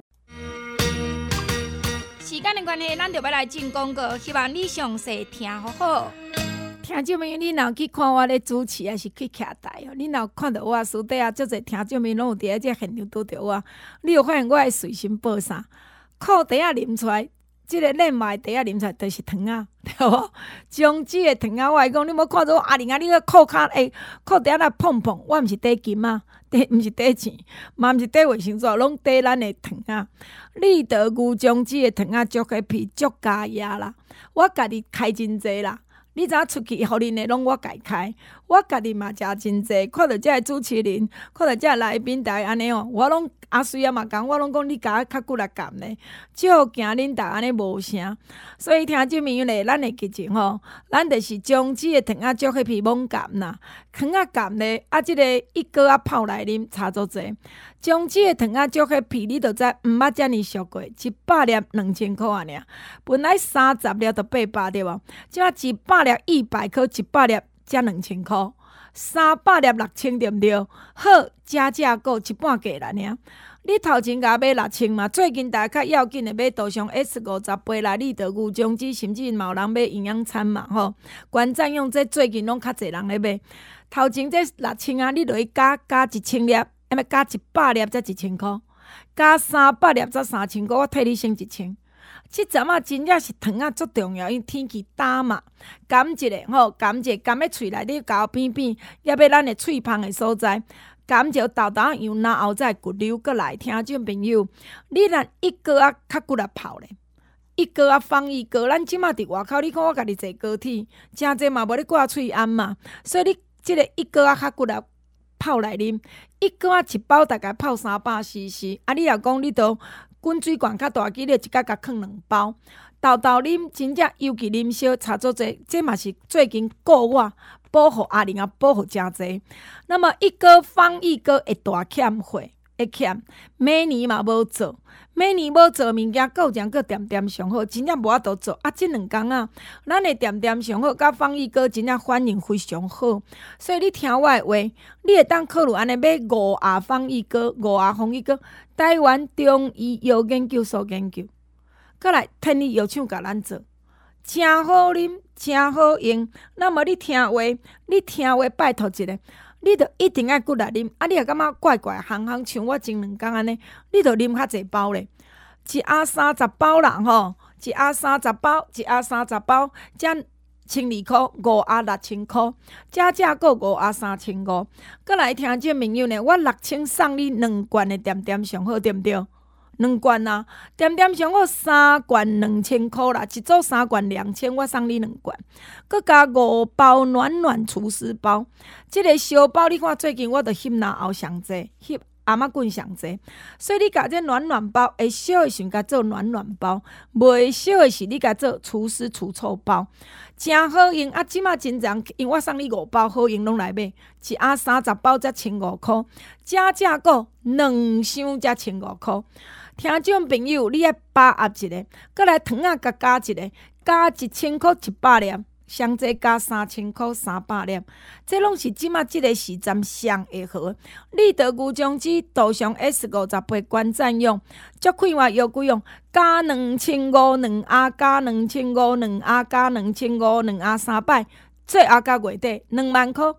时间的关系，咱就要来进广告，希望你详细听好好。听众朋友，你若去看我咧主持，还是去徛台哦？你若看到我私底下足侪听众朋友拢有伫咧这现场拄着我，你有发现我会随身报啥？裤底仔啉出来，即、這个嫩麻底仔啉出来，就是糖啊，对无？姜子的糖啊，我来讲，你无看到阿玲啊，你个裤骹诶，裤底仔碰碰，我毋是底金啊，底毋是底钱，嘛毋是底卫生纸，拢底咱的糖啊。立德牛姜子的糖啊，足个皮足加压啦，我家己开真济啦。你知影出去，互恁的拢我家开，我家己嘛食真济。看到遮个主持人，看到遮个来宾台安尼哦，我拢阿水啊嘛讲，我拢讲你甲我较骨力干呢，少惊恁逐安尼无声。所以听即面咧，咱的剧情吼，咱就是姜子的糖仔足迄皮猛甘啦，糖仔甘咧，啊即、這个一哥啊泡来啉，差足济。姜子的糖仔足迄皮，你著知毋捌遮尔俗过，一百粒两千箍啊尔，本来三十粒著八百对无？即摆一百粒一百颗，一百粒才两千箍，三百粒六千对毋对？好，加价购一半价啦尔。你头前甲买六千嘛，最近大家较要紧的买多上 S 五十杯啦，立德牛姜子，甚至嘛有人买营养餐嘛吼。关占用这最近拢较侪人咧买。头前这六千啊，你落去加加一千粒。要么加一百粒才一千箍，加三百粒才三千箍，我替你省一千。即阵啊，真正是糖啊足重要，因为天气干嘛，甘一个吼，甘一个甘喺喙内底咬边边，也要咱的喙芳的所在，甘一个豆豆样拿后再骨溜过来。听众朋友，你若一个啊较骨力泡咧，一个啊放一个，咱即马伫外口，你看我家己坐高铁，真济嘛无咧挂喙安嘛，所以你即个一个啊较骨力。泡来啉，一个啊一包大概泡三百 C C， 啊你若讲你都滚水罐较大支，你一甲甲放两包，豆豆啉真正尤其啉烧差足济，这嘛是最近顾我保护阿玲啊，保护真济。那么一个放一个会大欠货，会欠，每年嘛无做。每年要做物件，够讲个点点上好，真正无法度做。啊，即两工啊，咱的点点上好，甲放一哥真正反应非常好。所以你听我的话，你会当考虑安尼买五亚放一哥，五亚放一哥，台湾中医药研究所研究，再来天理药厂甲咱做，真好啉，真好用。那么你听话，你听话拜托一下。你著一定爱骨力啉，啊！你若感觉怪怪、烘烘，像我前两工安尼，你著啉较济包咧。一盒三十包啦吼，一盒三十包，一盒三十包，才千二箍，五盒六千箍，加价购五盒三千五。过来听这朋友呢，我六千送你两罐的点点上好，对毋对？两罐啊，点点上好三罐两千箍啦，一组三罐两千，我送你两罐，佮加五包暖暖厨师包。即、这个小包你看，最近我著翕拿后上济，翕阿嬷棍上济，所以你甲这暖暖包，会烧的时甲做暖暖包，袂烧的时你甲做厨师除臭包，真好用。啊，即马真常，因为我送你五包，好用拢来买，一盒三十包才千五箍，加价购两箱才千五箍。听众朋友，你爱把握一个，搁来糖仔甲加一个，加一千箍一百粒，上济加三千箍三百粒，这拢是即马即个时阵上会好。立德牛姜子杜上 S 五十八关占用，足快活又贵用，加两千五两盒，加两千五两盒，加两千五两盒三百。最后到月底两万箍，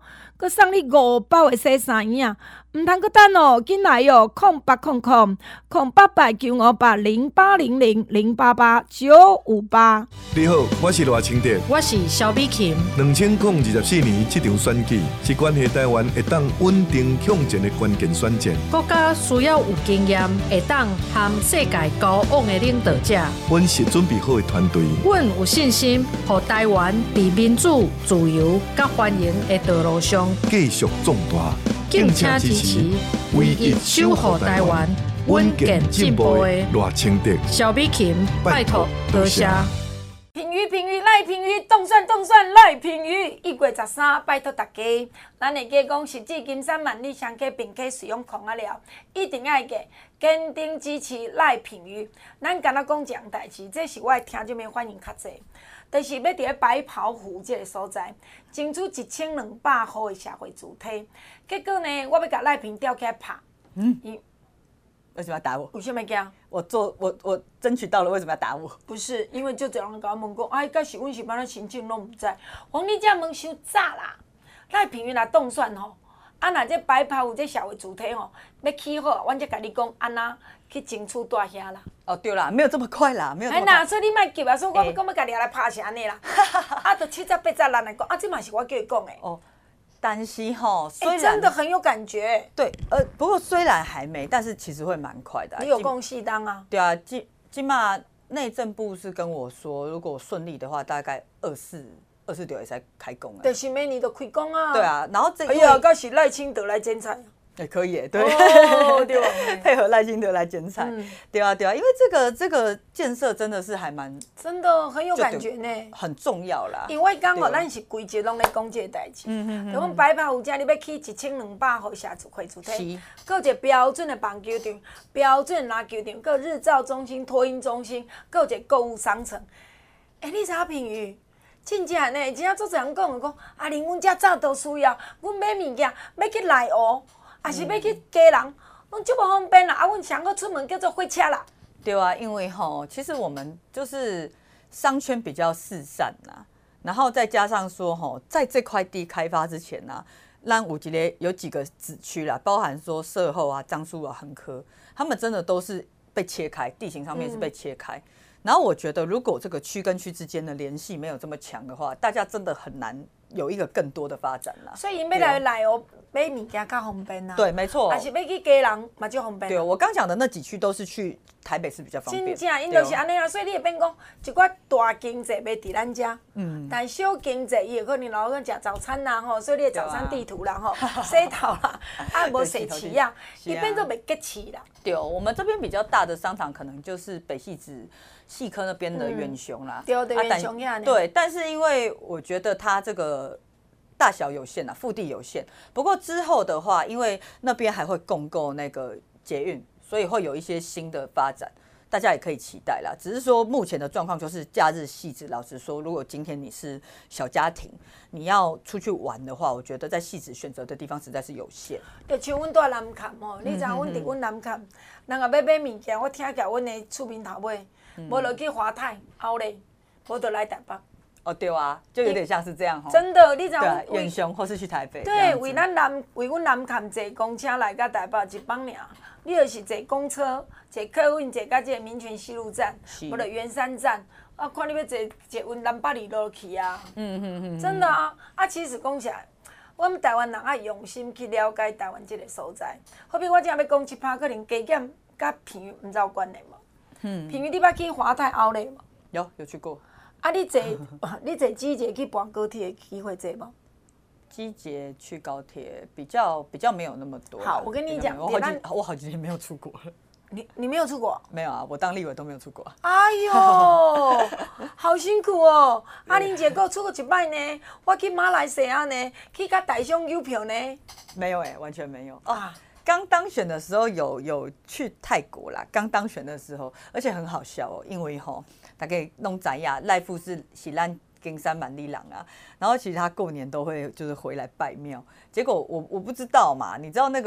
佮送你五包的洗衫衣啊！毋通佮等哦，紧来哦，空八空空空八八九五八零八零零零八八九五八。 你好，我是赖清德， 我是萧美琴。 两千零二十四年这场选举是关系台湾会当稳定向前的关键选战。 国家需要有经验，会当和世界交往的领导者。 阮是准备好的团队。 阮有信心，让台湾伫民主、自由、甲繁荣的道路上继续壮大。 敬请支持，唯一守护台湾稳健进步的赖清德、 萧美琴，拜托多谢。 评语评语赖评语，动算动算赖评语。一月十三，拜托大家，咱会加讲实质金山万里双溪并可使用空啊了，一定要加坚定支持赖评语。咱敢若讲一样代志，这是我的听众们反应较侪，就是要伫咧白袍湖这个所在，争取一千两百户的社会主体。结果呢，我要甲赖平调起来拍。嗯。 为什么要打我？ 为什么惊？ 我做我我争取到了，为什么要打我？ 不是，因为就这人甲我问讲，哎，敢是阮是安怎心情拢毋知。王你这问伤早啦，赖平原来动算吼，啊若这白袍有这社会主体吼，要起好，阮才甲你讲安那去争取大遐啦。 哦，对啦，没有这么快啦，没有这么快。 哎呐，所以你莫急啊，所以我要讲要甲你来拍是安尼啦。啊，都七十八十人来讲，啊，这嘛是我叫伊讲的。哦。 但是哈，虽然、 欸、真的很有感觉。 对，呃，不过虽然还没，但是其实会蛮快的、啊。 你有共系当啊？ 对啊，今今嘛内政部是跟我说，如果顺利的话，大概二四二四九也才开工啊。 对，是每年都开工啊。 对啊，然后这哎呀，到时赖清德来剪彩。 也可以，对， 哦、对配合赖清德来剪彩、嗯，对啊，对啊，因为这个这个建设真的是还蛮， 真的很有感觉呢， 很重要啦。 因为刚好咱是规节拢咧讲这个代志，嗯嗯嗯，就讲白袍有遮，你要起一千两百户社会主体，搁一个标准的棒球场、标准篮球场，搁日照中心、托婴中心，搁一个购物商城。哎、欸，你知影评语？真正呢，真正做侪人讲讲，啊，连阮遮早都需要，阮买物件要去内湖。还是要去家人，拢足无方便啦。啊，阮上个出门叫做火车啦。 对啊，因为吼，其实我们就是商圈比较四散啦，然后再加上说吼，在这块地开发之前呢，咱有一个有几个子区啦，包含说社后啊、樟树啊、横科，他们真的都是被切开，地形上面是被切开。嗯、然后我觉得，如果这个区跟区之间的联系没有这么强的话，大家真的很难有一个更多的发展啦。 所以，因要来来哦。买物件较方便啊， 对，没错。 还是要去家人嘛，就方便。 对，我刚讲的那几区都是去台北市比较方便。 真正，因就是安尼啊，所以你会变讲一寡大经济袂伫咱遮，嗯，但小经济伊会可能老去食早餐啦吼，所以你的早餐地图啦吼，洗头啦，啊无洗市啊，伊变做袂结市啦。 对，我们这边比较大的商场可能就是北戏子、细科那边的远雄啦， 对对，远雄遐。 对，但是因为我觉得它这个。大小有限啊，腹地有限。不过之后的话，因为那边还会共购那个捷运，所以会有一些新的发展，大家也可以期待啦。只是说目前的状况就是假日细致。老实说，如果今天你是小家庭，你要出去玩的话，我觉得在细致选择的地方实在是有限。 就像阮住南崁吼，你知影阮伫阮南崁，人若要买物件，我听起来阮的厝边头尾，无落去华泰、奥莱，无就来台北。 哦，对啊，就有点像是这样哈。 真的，你知道远雄或是去台北。 对，为咱南为阮南崁坐公车来到台北一班尔，你就是坐公车、坐客运坐到这个民权西路站，或者圆山站，啊，看你要坐坐云南巴里路去啊。嗯嗯嗯。真的啊，啊，其实讲起来，我们台湾人爱用心去了解台湾这个所在。好比我正要讲一趴，可能加减甲平语毋知有关系无？嗯。平语你捌去华泰奥莱无？ 有，有去过。 啊，你坐你坐季节去搬高铁的机会多无？ 季节去高铁比较比较没有那么多。 好，我跟你讲， 我好几我好几年没有出国了。 你你没有出国？ 没有啊，我当立委都没有出国。 哎呦，好辛苦哦！阿玲姐够出过一摆呢，我去马来西亚呢，去甲台商邮票呢。 没有哎、欸，完全没有啊。刚当选的时候有有去泰国啦，刚当选的时候，而且很好笑哦，因为吼。大概弄知呀，赖富是是咱金山万里人啊，然后其实他过年都会就是回来拜庙，结果我我不知道嘛，你知道那个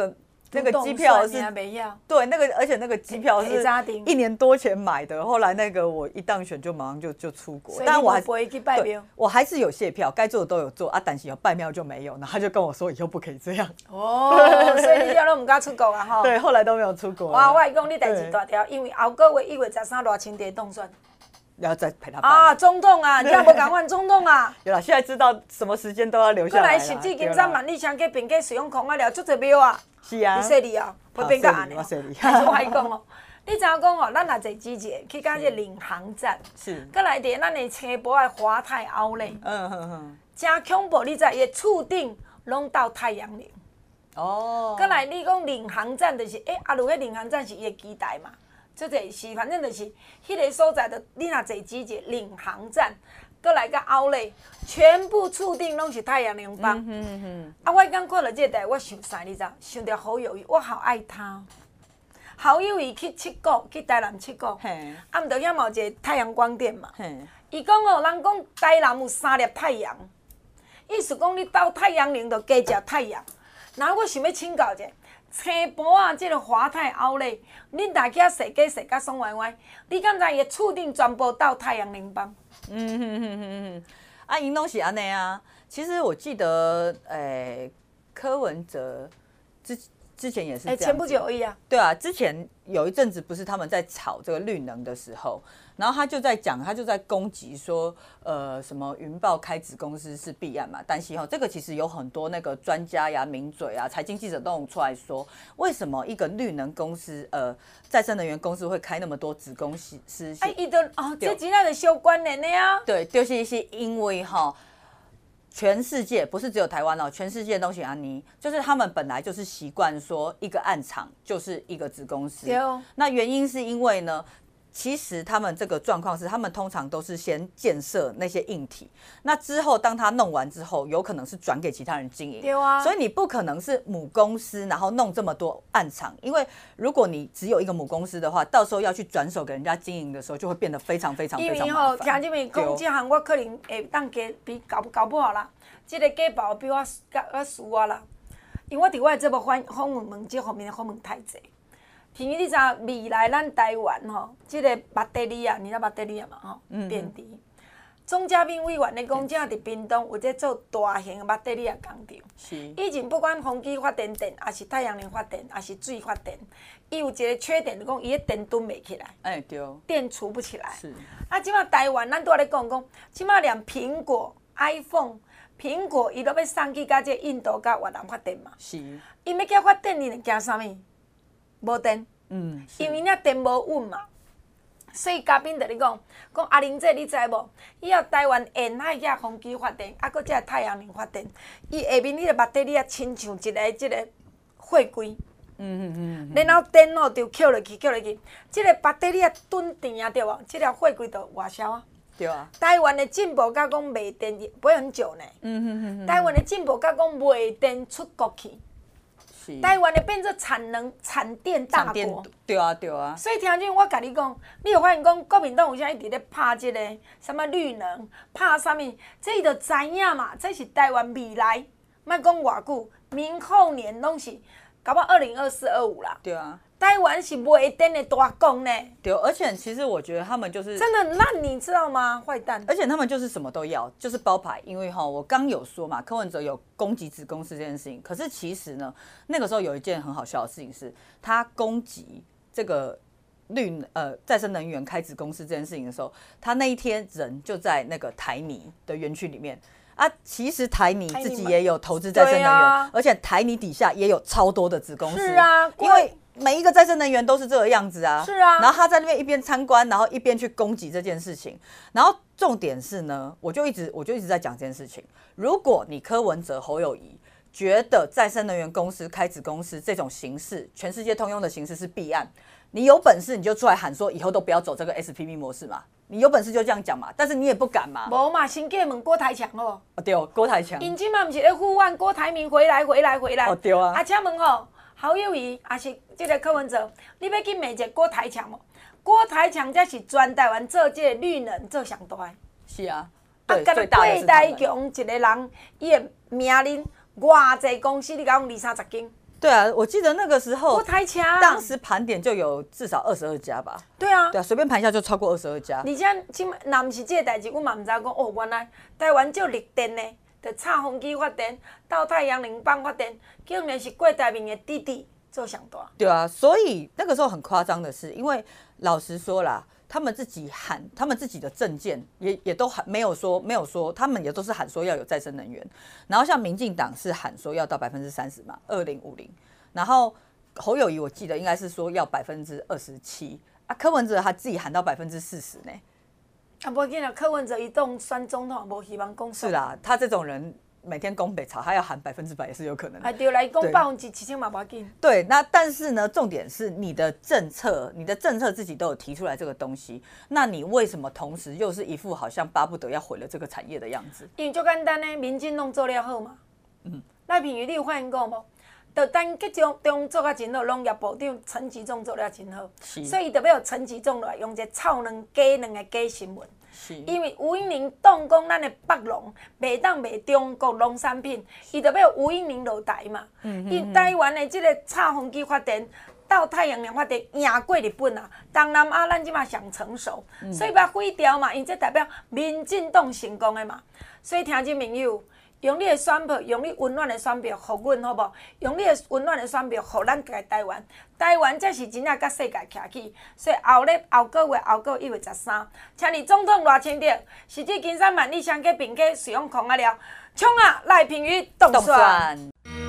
那个机票是对那个，而且那个机票是一年多前买的，后来那个我一当选就马上就就出国， 但我还不会去拜庙， 我还是有谢票，该做的都有做啊，但是有拜庙就没有，然后他就跟我说以后不可以这样。 哦，所以你以后都唔敢出国啊？哈。 对，后来都没有出国。 哇，我讲你代志大条，因为后个月一月十三偌清地当选。 要再陪他办啊，总统啊，你也无赶快总统啊！ 有啦，现在知道什么时间都要留下来。 过来十指金山万里香，去并过水用空啊了，足侪庙啊。 是啊。 你说你啊，会变到安尼。 我说你。 我还讲哦，你知影讲哦，咱若坐机捷去到这领航站， 是。 过来伫咱的青埔的华泰奥莱， 嗯哼哼。 真恐怖，你知伊厝顶拢到太阳能。 哦。 过来你讲领航站就是，诶，啊，如迄领航站是伊的基台嘛。这个是，反正就是迄个所在的，你若坐机捷领航站，过来到奥莱，全部厝顶拢是太阳能板。嗯嗯嗯。啊，我刚看到这个台，我想啥，你知道？想到侯友宜，我好爱他。侯友宜去七股，去台南七股，啊，毋着遐嘛有一个太阳光电嘛。伊讲哦，人讲台南有三粒太阳，意思讲你到太阳能就加食太阳。然后我想要请教者。青埔啊，即个华泰奥莱，恁大家踅街踅甲爽歪歪，你敢知伊厝顶全部到太阳能板？ 嗯哼哼哼哼，啊，因拢是安尼啊。其实我记得，诶、欸，柯文哲之之前也是这样子。 哎、欸，前不久而已啊。 对啊，之前有一阵子不是他们在炒这个绿能的时候，然后他就在讲，他就在攻击说，呃，什么云豹开子公司是弊案嘛？但是哈，这个其实有很多那个专家呀、名嘴啊、财经记者都有出来说，为什么一个绿能公司，呃，再生能源公司会开那么多子公司？ 哎，伊都哦，这真正是相关联的呀。 对，就是是因为哈。全世界不是只有台湾哦，全世界都是安尼，就是他们本来就是习惯说一个案场就是一个子公司。 哦、 那原因是因为呢，其实他们这个状况是，他们通常都是先建设那些硬体，那之后当他弄完之后，有可能是转给其他人经营。 对啊。 所以你不可能是母公司，然后弄这么多案场，因为如果你只有一个母公司的话，到时候要去转手给人家经营的时候，就会变得非常非常非常麻烦。 因为吼，听这边讲，这项我可能会当加比搞搞不好啦。这个假报比我较较输啊啦，因为我伫我的节目访访问问这方面的访问太济。譬如你知未来咱台湾吼，这个巴德利啊，你知巴德利啊嘛吼，电池。钟嘉宾委员咧讲，正伫屏东有在做大型的巴德利啊工厂。 是。 以前不管风机发电电，还是太阳能发电，还是水发电，伊有一个缺点，就讲伊个电蹲袂起来。 哎、欸，对。 电储不起来。 是。 啊，即马台湾咱拄仔咧讲讲，即马连苹果、iPhone。苹果伊都要送去甲这印度甲越南发电嘛， 是。 因要叫发电，伊惊啥物？无电。 嗯。 因为遐电无稳嘛，所以嘉宾就咧讲，讲阿玲姐你知无？以后台湾沿海遐风机发电，啊，搁这太阳能发电，伊下面迄个目的你啊，亲像一个即个货柜。嗯嗯嗯。然后电脑就扣落去，扣落去，即个目的你啊蹲电啊，对无？即条货柜就外销啊。 对啊， 台湾的进步甲讲卖电不会很久呢。嗯嗯嗯。台湾的进步甲讲卖电出国去，是。台湾的变做产能产电大国。 对啊对啊。 所以听见我甲你讲，你有发现讲国民党有啥一直咧拍即个什么绿能，拍啥物？这伊就知影嘛，这是台湾未来。莫讲偌久，明后年拢是，搞不好二零二四、二五啦。 对啊。 台湾是卖电的大国呢。 对，而且其实我觉得他们就是真的很烂，你知道吗？坏蛋。 而且他们就是什么都要，就是包牌。因为哈，我刚有说嘛，柯文哲有攻击子公司这件事情。可是其实呢，那个时候有一件很好笑的事情是，他攻击这个绿呃再生能源开子公司这件事情的时候，他那一天人就在那个台泥的园区里面。啊，其实台泥自己也有投资再生能源，啊、而且台泥底下也有超多的子公司。 是啊， 因为每一个再生能源都是这个样子啊。 是啊。 然后他在那边一边参观，然后一边去攻击这件事情。然后重点是呢，我就一直我就一直在讲这件事情。如果你柯文哲、侯友宜觉得再生能源公司开子公司这种形式，全世界通用的形式是弊案，你有本事你就出来喊说以后都不要走这个 S P P 模式嘛。你有本事就这样讲嘛，但是你也不敢嘛。 无嘛，先叫问郭台强哦。 哦对，郭台强。 因即嘛毋是咧呼唤郭台铭回来，回来，回来。 哦对啊。 啊，请问吼，侯友宜还是即个柯文哲，你要去骂一个郭台强无？郭台强才是全台湾做即个绿能做上大的。 是啊。 啊，干郭台强一个人，伊的名恁偌济公司，你讲二三十间。 对啊，我记得那个时候国台车， 当时盘点就有至少二十二家吧。 对啊， 对啊，随便盘一下就超过二十二家。 而且今若毋是这个代志，我嘛毋知讲哦，原来台湾就绿电呢，就插风机发电、到太阳能板发电，竟然是郭台铭的弟弟做上大。 对啊，所以那个时候很夸张的是，因为老实说啦。他们自己喊，他们自己的政见也也都喊，没有说没有说，他们也都是喊说要有再生能源。然后像民进党是喊说要到百分之三十嘛，二零五零。然后侯友宜我记得应该是说要百分之二十七啊，柯文哲他自己喊到百分之四十呢。 啊，无紧啦，柯文哲一动选总统，无希望讲。 是啦，他这种人。每天攻北潮，他要喊百分之百也是有可能的。 啊，对，来讲百分之七千嘛，不要紧。 对，那但是呢，重点是你的政策，你的政策自己都有提出来这个东西，那你为什么同时又是一副好像巴不得要毁了这个产业的样子？ 因为最简单的，民进拢做了好嘛。嗯。赖品妤，你有发现讲无？就单集中中做甲真好，农业部长陈吉仲做了真好，所以特别有陈吉仲来用一个臭卵假卵的假新闻。因为吴英玲当讲咱的北农袂当卖中国农产品，伊就要吴英玲落台嘛。伊、嗯、台湾的即个插风机发电到太阳能发电赢过日本啊，东南亚咱即马上成熟，嗯、所以要废掉嘛，因这代表民进党成功的嘛。所以听众朋友，用你的选票，用你温暖的选票，互阮好无？用你的温暖的选票，互咱家台湾。台湾才是真正甲世界徛起，所以后日后个月后个月一月十三，请你总统热清着，是这金山万里相克并克使用空啊了，冲啊赖品妤动算。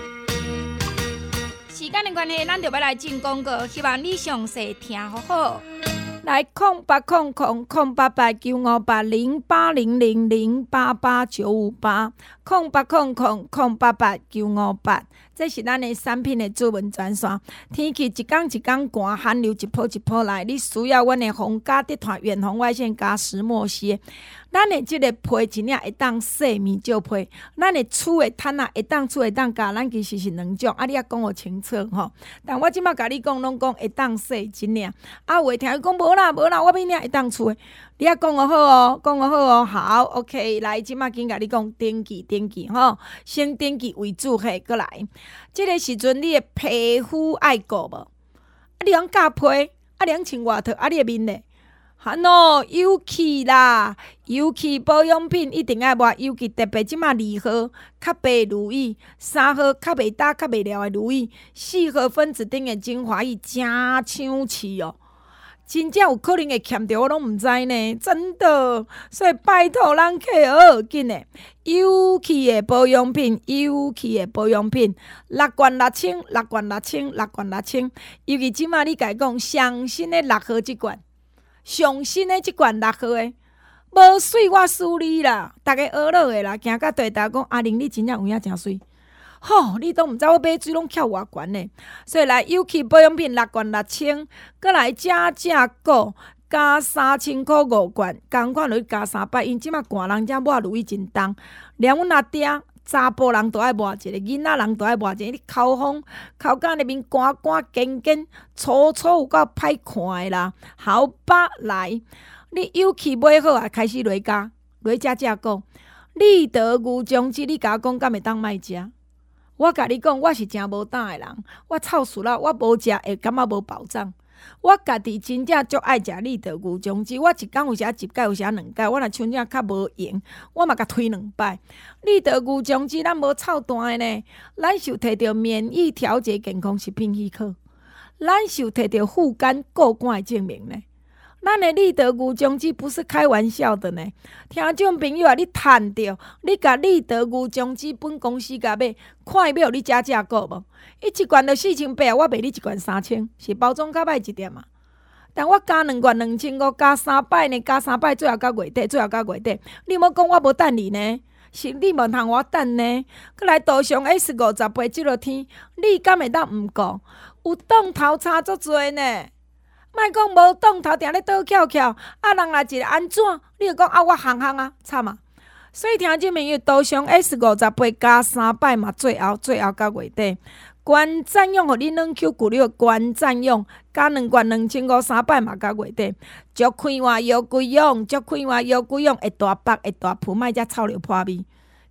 时间的关系，咱就要来进广告，希望你详细听好好。 来空八空空空八八九五八零八零零零八八九五八空八空空空八八九五八，这是咱的产品的主文专线。天气一天一天寒，寒流一波一波来，你需要阮的红加地团远红外线加石墨烯。咱的即个皮真正会当洗面罩皮，咱的厝的毯啊会当厝会当加，咱其实是两种。啊，你也讲互清楚吼。但我即马甲你讲，拢讲会当洗真领。啊，有诶听伊讲无啦无啦，我要领会当厝的。你也讲互好哦，讲互好哦，好 ，OK， 来，即马紧甲你讲登记登记吼，先登记为主嘿，过来。即个时阵你的皮肤爱顾无？啊，你通加皮，啊，你通穿外套，啊，你的面呢？哈喏，尤其啦，尤其保养品一定爱抹，尤其特别即马二号较白如意，三号较袂焦较袂了的如意，四号分子顶的精华液真抢气哦，真正有可能会欠着我拢毋知呢，真的。所以拜托咱客好好紧的，尤其的保养品，尤其的保养品，六罐六千，六罐六千，六罐六千，尤其即马你甲伊讲上新的六号即罐。上新的即罐六号的，无水我输你啦！逐个学落的啦，行到地大讲阿玲，你真正有影真水。吼，你都毋知我买水拢翘偌悬呢。所以来尤其保养品六罐六千，搁来加价购加三千块五罐，共款落去加三百，因即马寒人遮抹如意真重，连阮阿爹。查甫人都爱抹一个，囡仔人都爱抹一个。你口风、口干入面干干尖尖、粗粗有够歹看的啦。好吧，来，你尤其买好啊，开始落加，落加价购。立德牛浆汁，你甲我讲敢会当卖食？我甲你讲，我是真无胆的人，我臭死啦！我无食会感觉无保障。我家己真正足爱食立德牛浆汁，我一工有时一摆，有时两摆。我若像这较无闲，我嘛甲推两摆。立德牛浆汁咱无臭弹的呢，咱是有摕到免疫调节健康食品许可，咱是有摕到护肝固肝的证明呢。咱的立德牛浆汁不是开玩笑的呢，听众朋友啊，你趁着，你甲立德牛浆汁本公司甲买，看伊要你加价购无？伊一罐就四千八，我卖你一罐三千，是包装较歹一点嘛。但我加两罐两千五，加三百呢，加三百最后到月底，最后到月底，你莫讲我无等你呢，是你无通我等呢。佮来道上 S 五十八即落天，你敢会当毋顾？有挡头差足多呢。莫讲无挡头，定咧倒翘翘，啊人来一个安怎？你就讲啊我行行啊，惨啊！所以听众朋友，道上 S 五十八加三百嘛，最后最后到月底，原占用互你两 Q 骨力原占用，加两罐两千五三百嘛，到月底，足开换腰贵用，足开换腰贵用，会大腹会大腹，莫才臭了破味。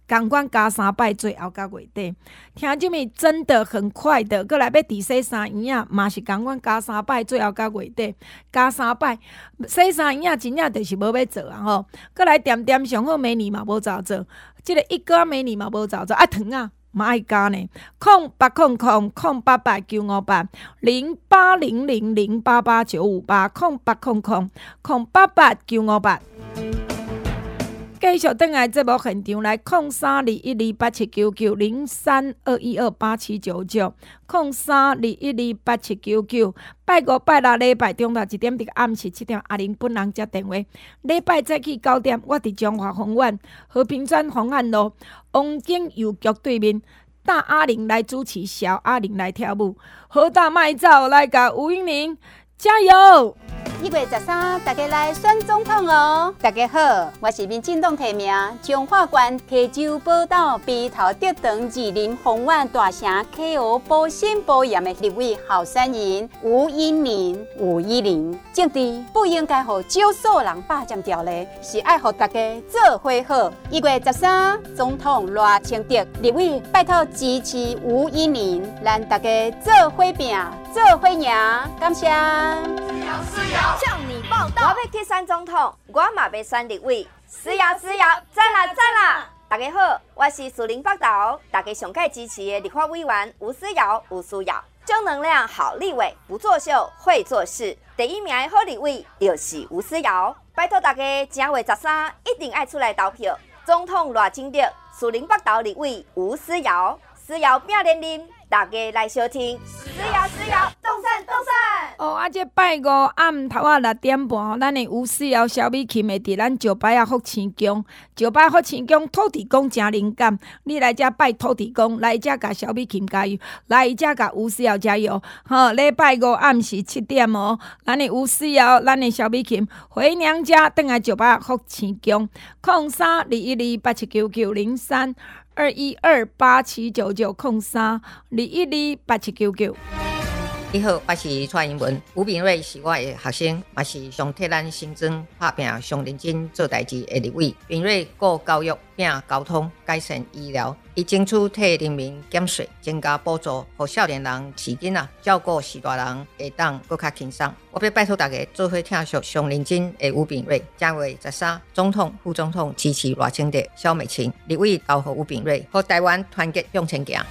同款加三摆，最后到月底。听这物真的很快的，过来要伫洗衫衣啊，嘛是同款加三摆，最后到月底加三摆。洗衫衣啊，真正就是无要做啊吼。过来点点上好美女嘛无照做，即、这个一哥美女嘛无照做，啊糖啊嘛爱加呢。空八空空空八八九五八零八零零零八八九五八空八空空空八八九五八。继续转来节目现场来，零三二一二八七九九零三二一二八七九九零三二一二八七九九。拜五拜六礼拜中昼一点到暗时七点，阿玲本人接电话。礼拜早起九点，我伫中华公园和平庄红岸路王景邮局对面。大阿玲来主持，小阿玲来跳舞。好大卖走来甲吴英玲加油！ 一月十三，大家来选总统哦！大家好，我是民进党提名彰化县溪州宝岛鼻头竹塘二林红苑大城 K O 保新保严的立委候选人吴英玲。吴英玲，政治不应该让少数人霸占掉嘞，是爱让大家做伙好。一月十三，总统赖清德立委拜托支持吴英玲，咱大家做伙拼，做伙赢，感谢。 向你报道！我要去选总统，我嘛要选立委。是呀是呀，赞啦赞啦！大家好，我是树林北投，大家上届支持的立法委员吴思瑶，吴思瑶，正能量好立委，不作秀会做事。第一名的好立委就是吴思瑶，拜托大家正月十三一定爱出来投票。总统赖清德，树林北投立委吴思瑶，思瑶拼连任。大家来收听，是呀是呀，动身动身！ 哦，啊，这拜五暗头啊六点半，咱的吴思瑶、小美琴会伫咱石牌啊福清宫，石牌福清宫土地公真灵感，你来遮拜土地公，来遮甲小美琴加油，来遮甲吴思瑶加油。好，礼拜五暗时七点哦，咱的吴思瑶、咱的小美琴回娘家，倒来石牌啊福清宫，零三二一二八七九九零三。二一二八七九九空三二一二八七九九。 你好，我是蔡英文。吴秉瑞是我的学生，也是上替咱新庄拍拼、上认真做代志的立委。秉瑞顾教育、拼交通、改善医疗，伊争取替人民减税、增加补助，让少年人饲囡仔、照顾士大人会当更较轻松。我要拜托大家做伙听属上认真的吴秉瑞。正月十三，总统、副总统支持赖清德、萧美琴，立委投予吴秉瑞，让台湾团结向前行。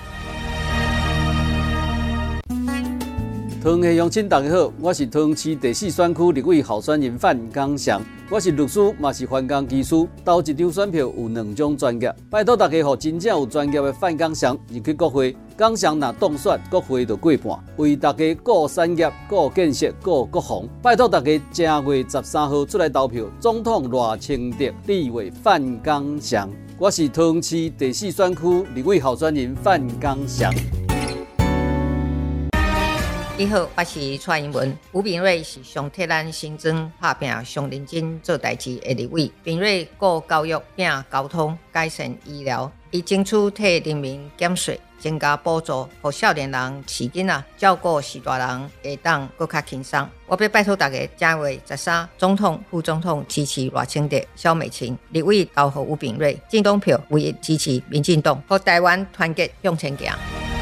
桃园乡亲大家好，我是桃园市第四选区立委候选人范刚祥，我是律师，也是环工技师。投一张选票有两种专业，拜托大家予真正有专业的范刚祥入去国会。刚祥若当选，国会就过半，为大家顾产业、顾建设、顾国防。拜托大家正月十三号出来投票，总统赖清德、立委范刚祥。我是桃园市第四选区立委候选人范刚祥。 你好，我是蔡英文。吴秉瑞是上替咱新庄拍拼、上认真做代志的立委。秉瑞顾教育、拼交通、改善医疗，伊争取替人民减税、增加补助，让少年人饲囡仔、照顾士大人会当更较轻松。我要拜托大家，正月十三，总统、副总统支持赖清德、萧美琴，立委投予吴秉瑞，政党票唯一支持民进党，让台湾团结向前行。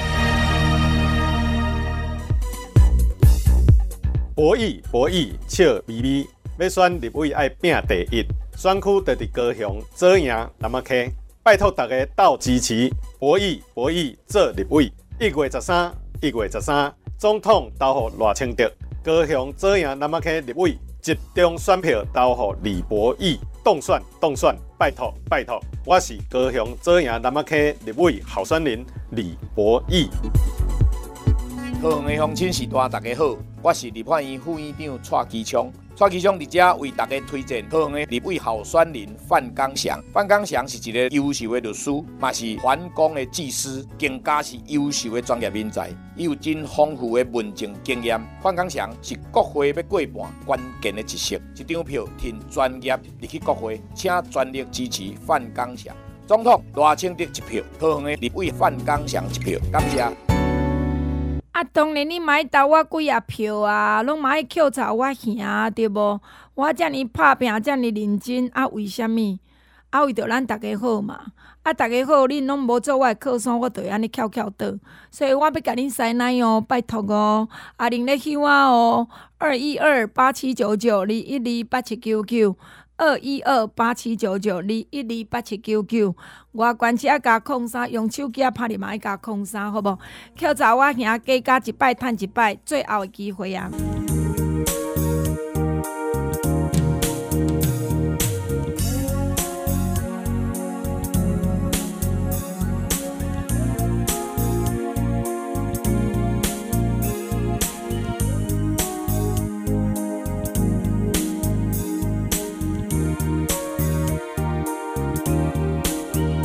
博弈博弈笑眯眯，要选立委爱拼第一，选区就伫高雄，做赢南仔溪。拜托大家斗支持，博弈博弈做立委。一月十三，一月十三，总统投予赖清德，高雄做赢南仔溪立委，集中选票投予李博弈，当选当选，拜托拜托，我是高雄做赢南仔溪立委候选人李博弈。 桃园的乡亲时代大家好，我是立法院副院长蔡其昌。蔡其昌伫遮为大家推荐桃园的立委候选人范刚祥。范刚祥是一个优秀的律师，嘛是环工的技师，更加是优秀的专业人才。伊有真丰富的问政经验。范刚祥是国会要过半关键的一席，一张票挺专业入去国会，请全力支持范刚祥。总统赖清德一票，桃园的立委范刚祥一票，感谢。 啊，当然你买投我几啊票啊，拢嘛爱扣查我兄，对无？我遮尔拍拼，遮尔认真，啊，为虾米？ 啊，为着咱大家好嘛，啊，大家好，恁拢无做我的靠山，我就会安尼翘翘倒，所以我要甲恁塞奶哦，拜托哦，啊，恁咧休啊哦，二一二八七九九二一二八七九九。二一二八七九九二一二八七九九，外关车加空三，用手机拍入嘛，加空三，好无？扣查我兄加加一摆，趁一摆，最后的机会啊！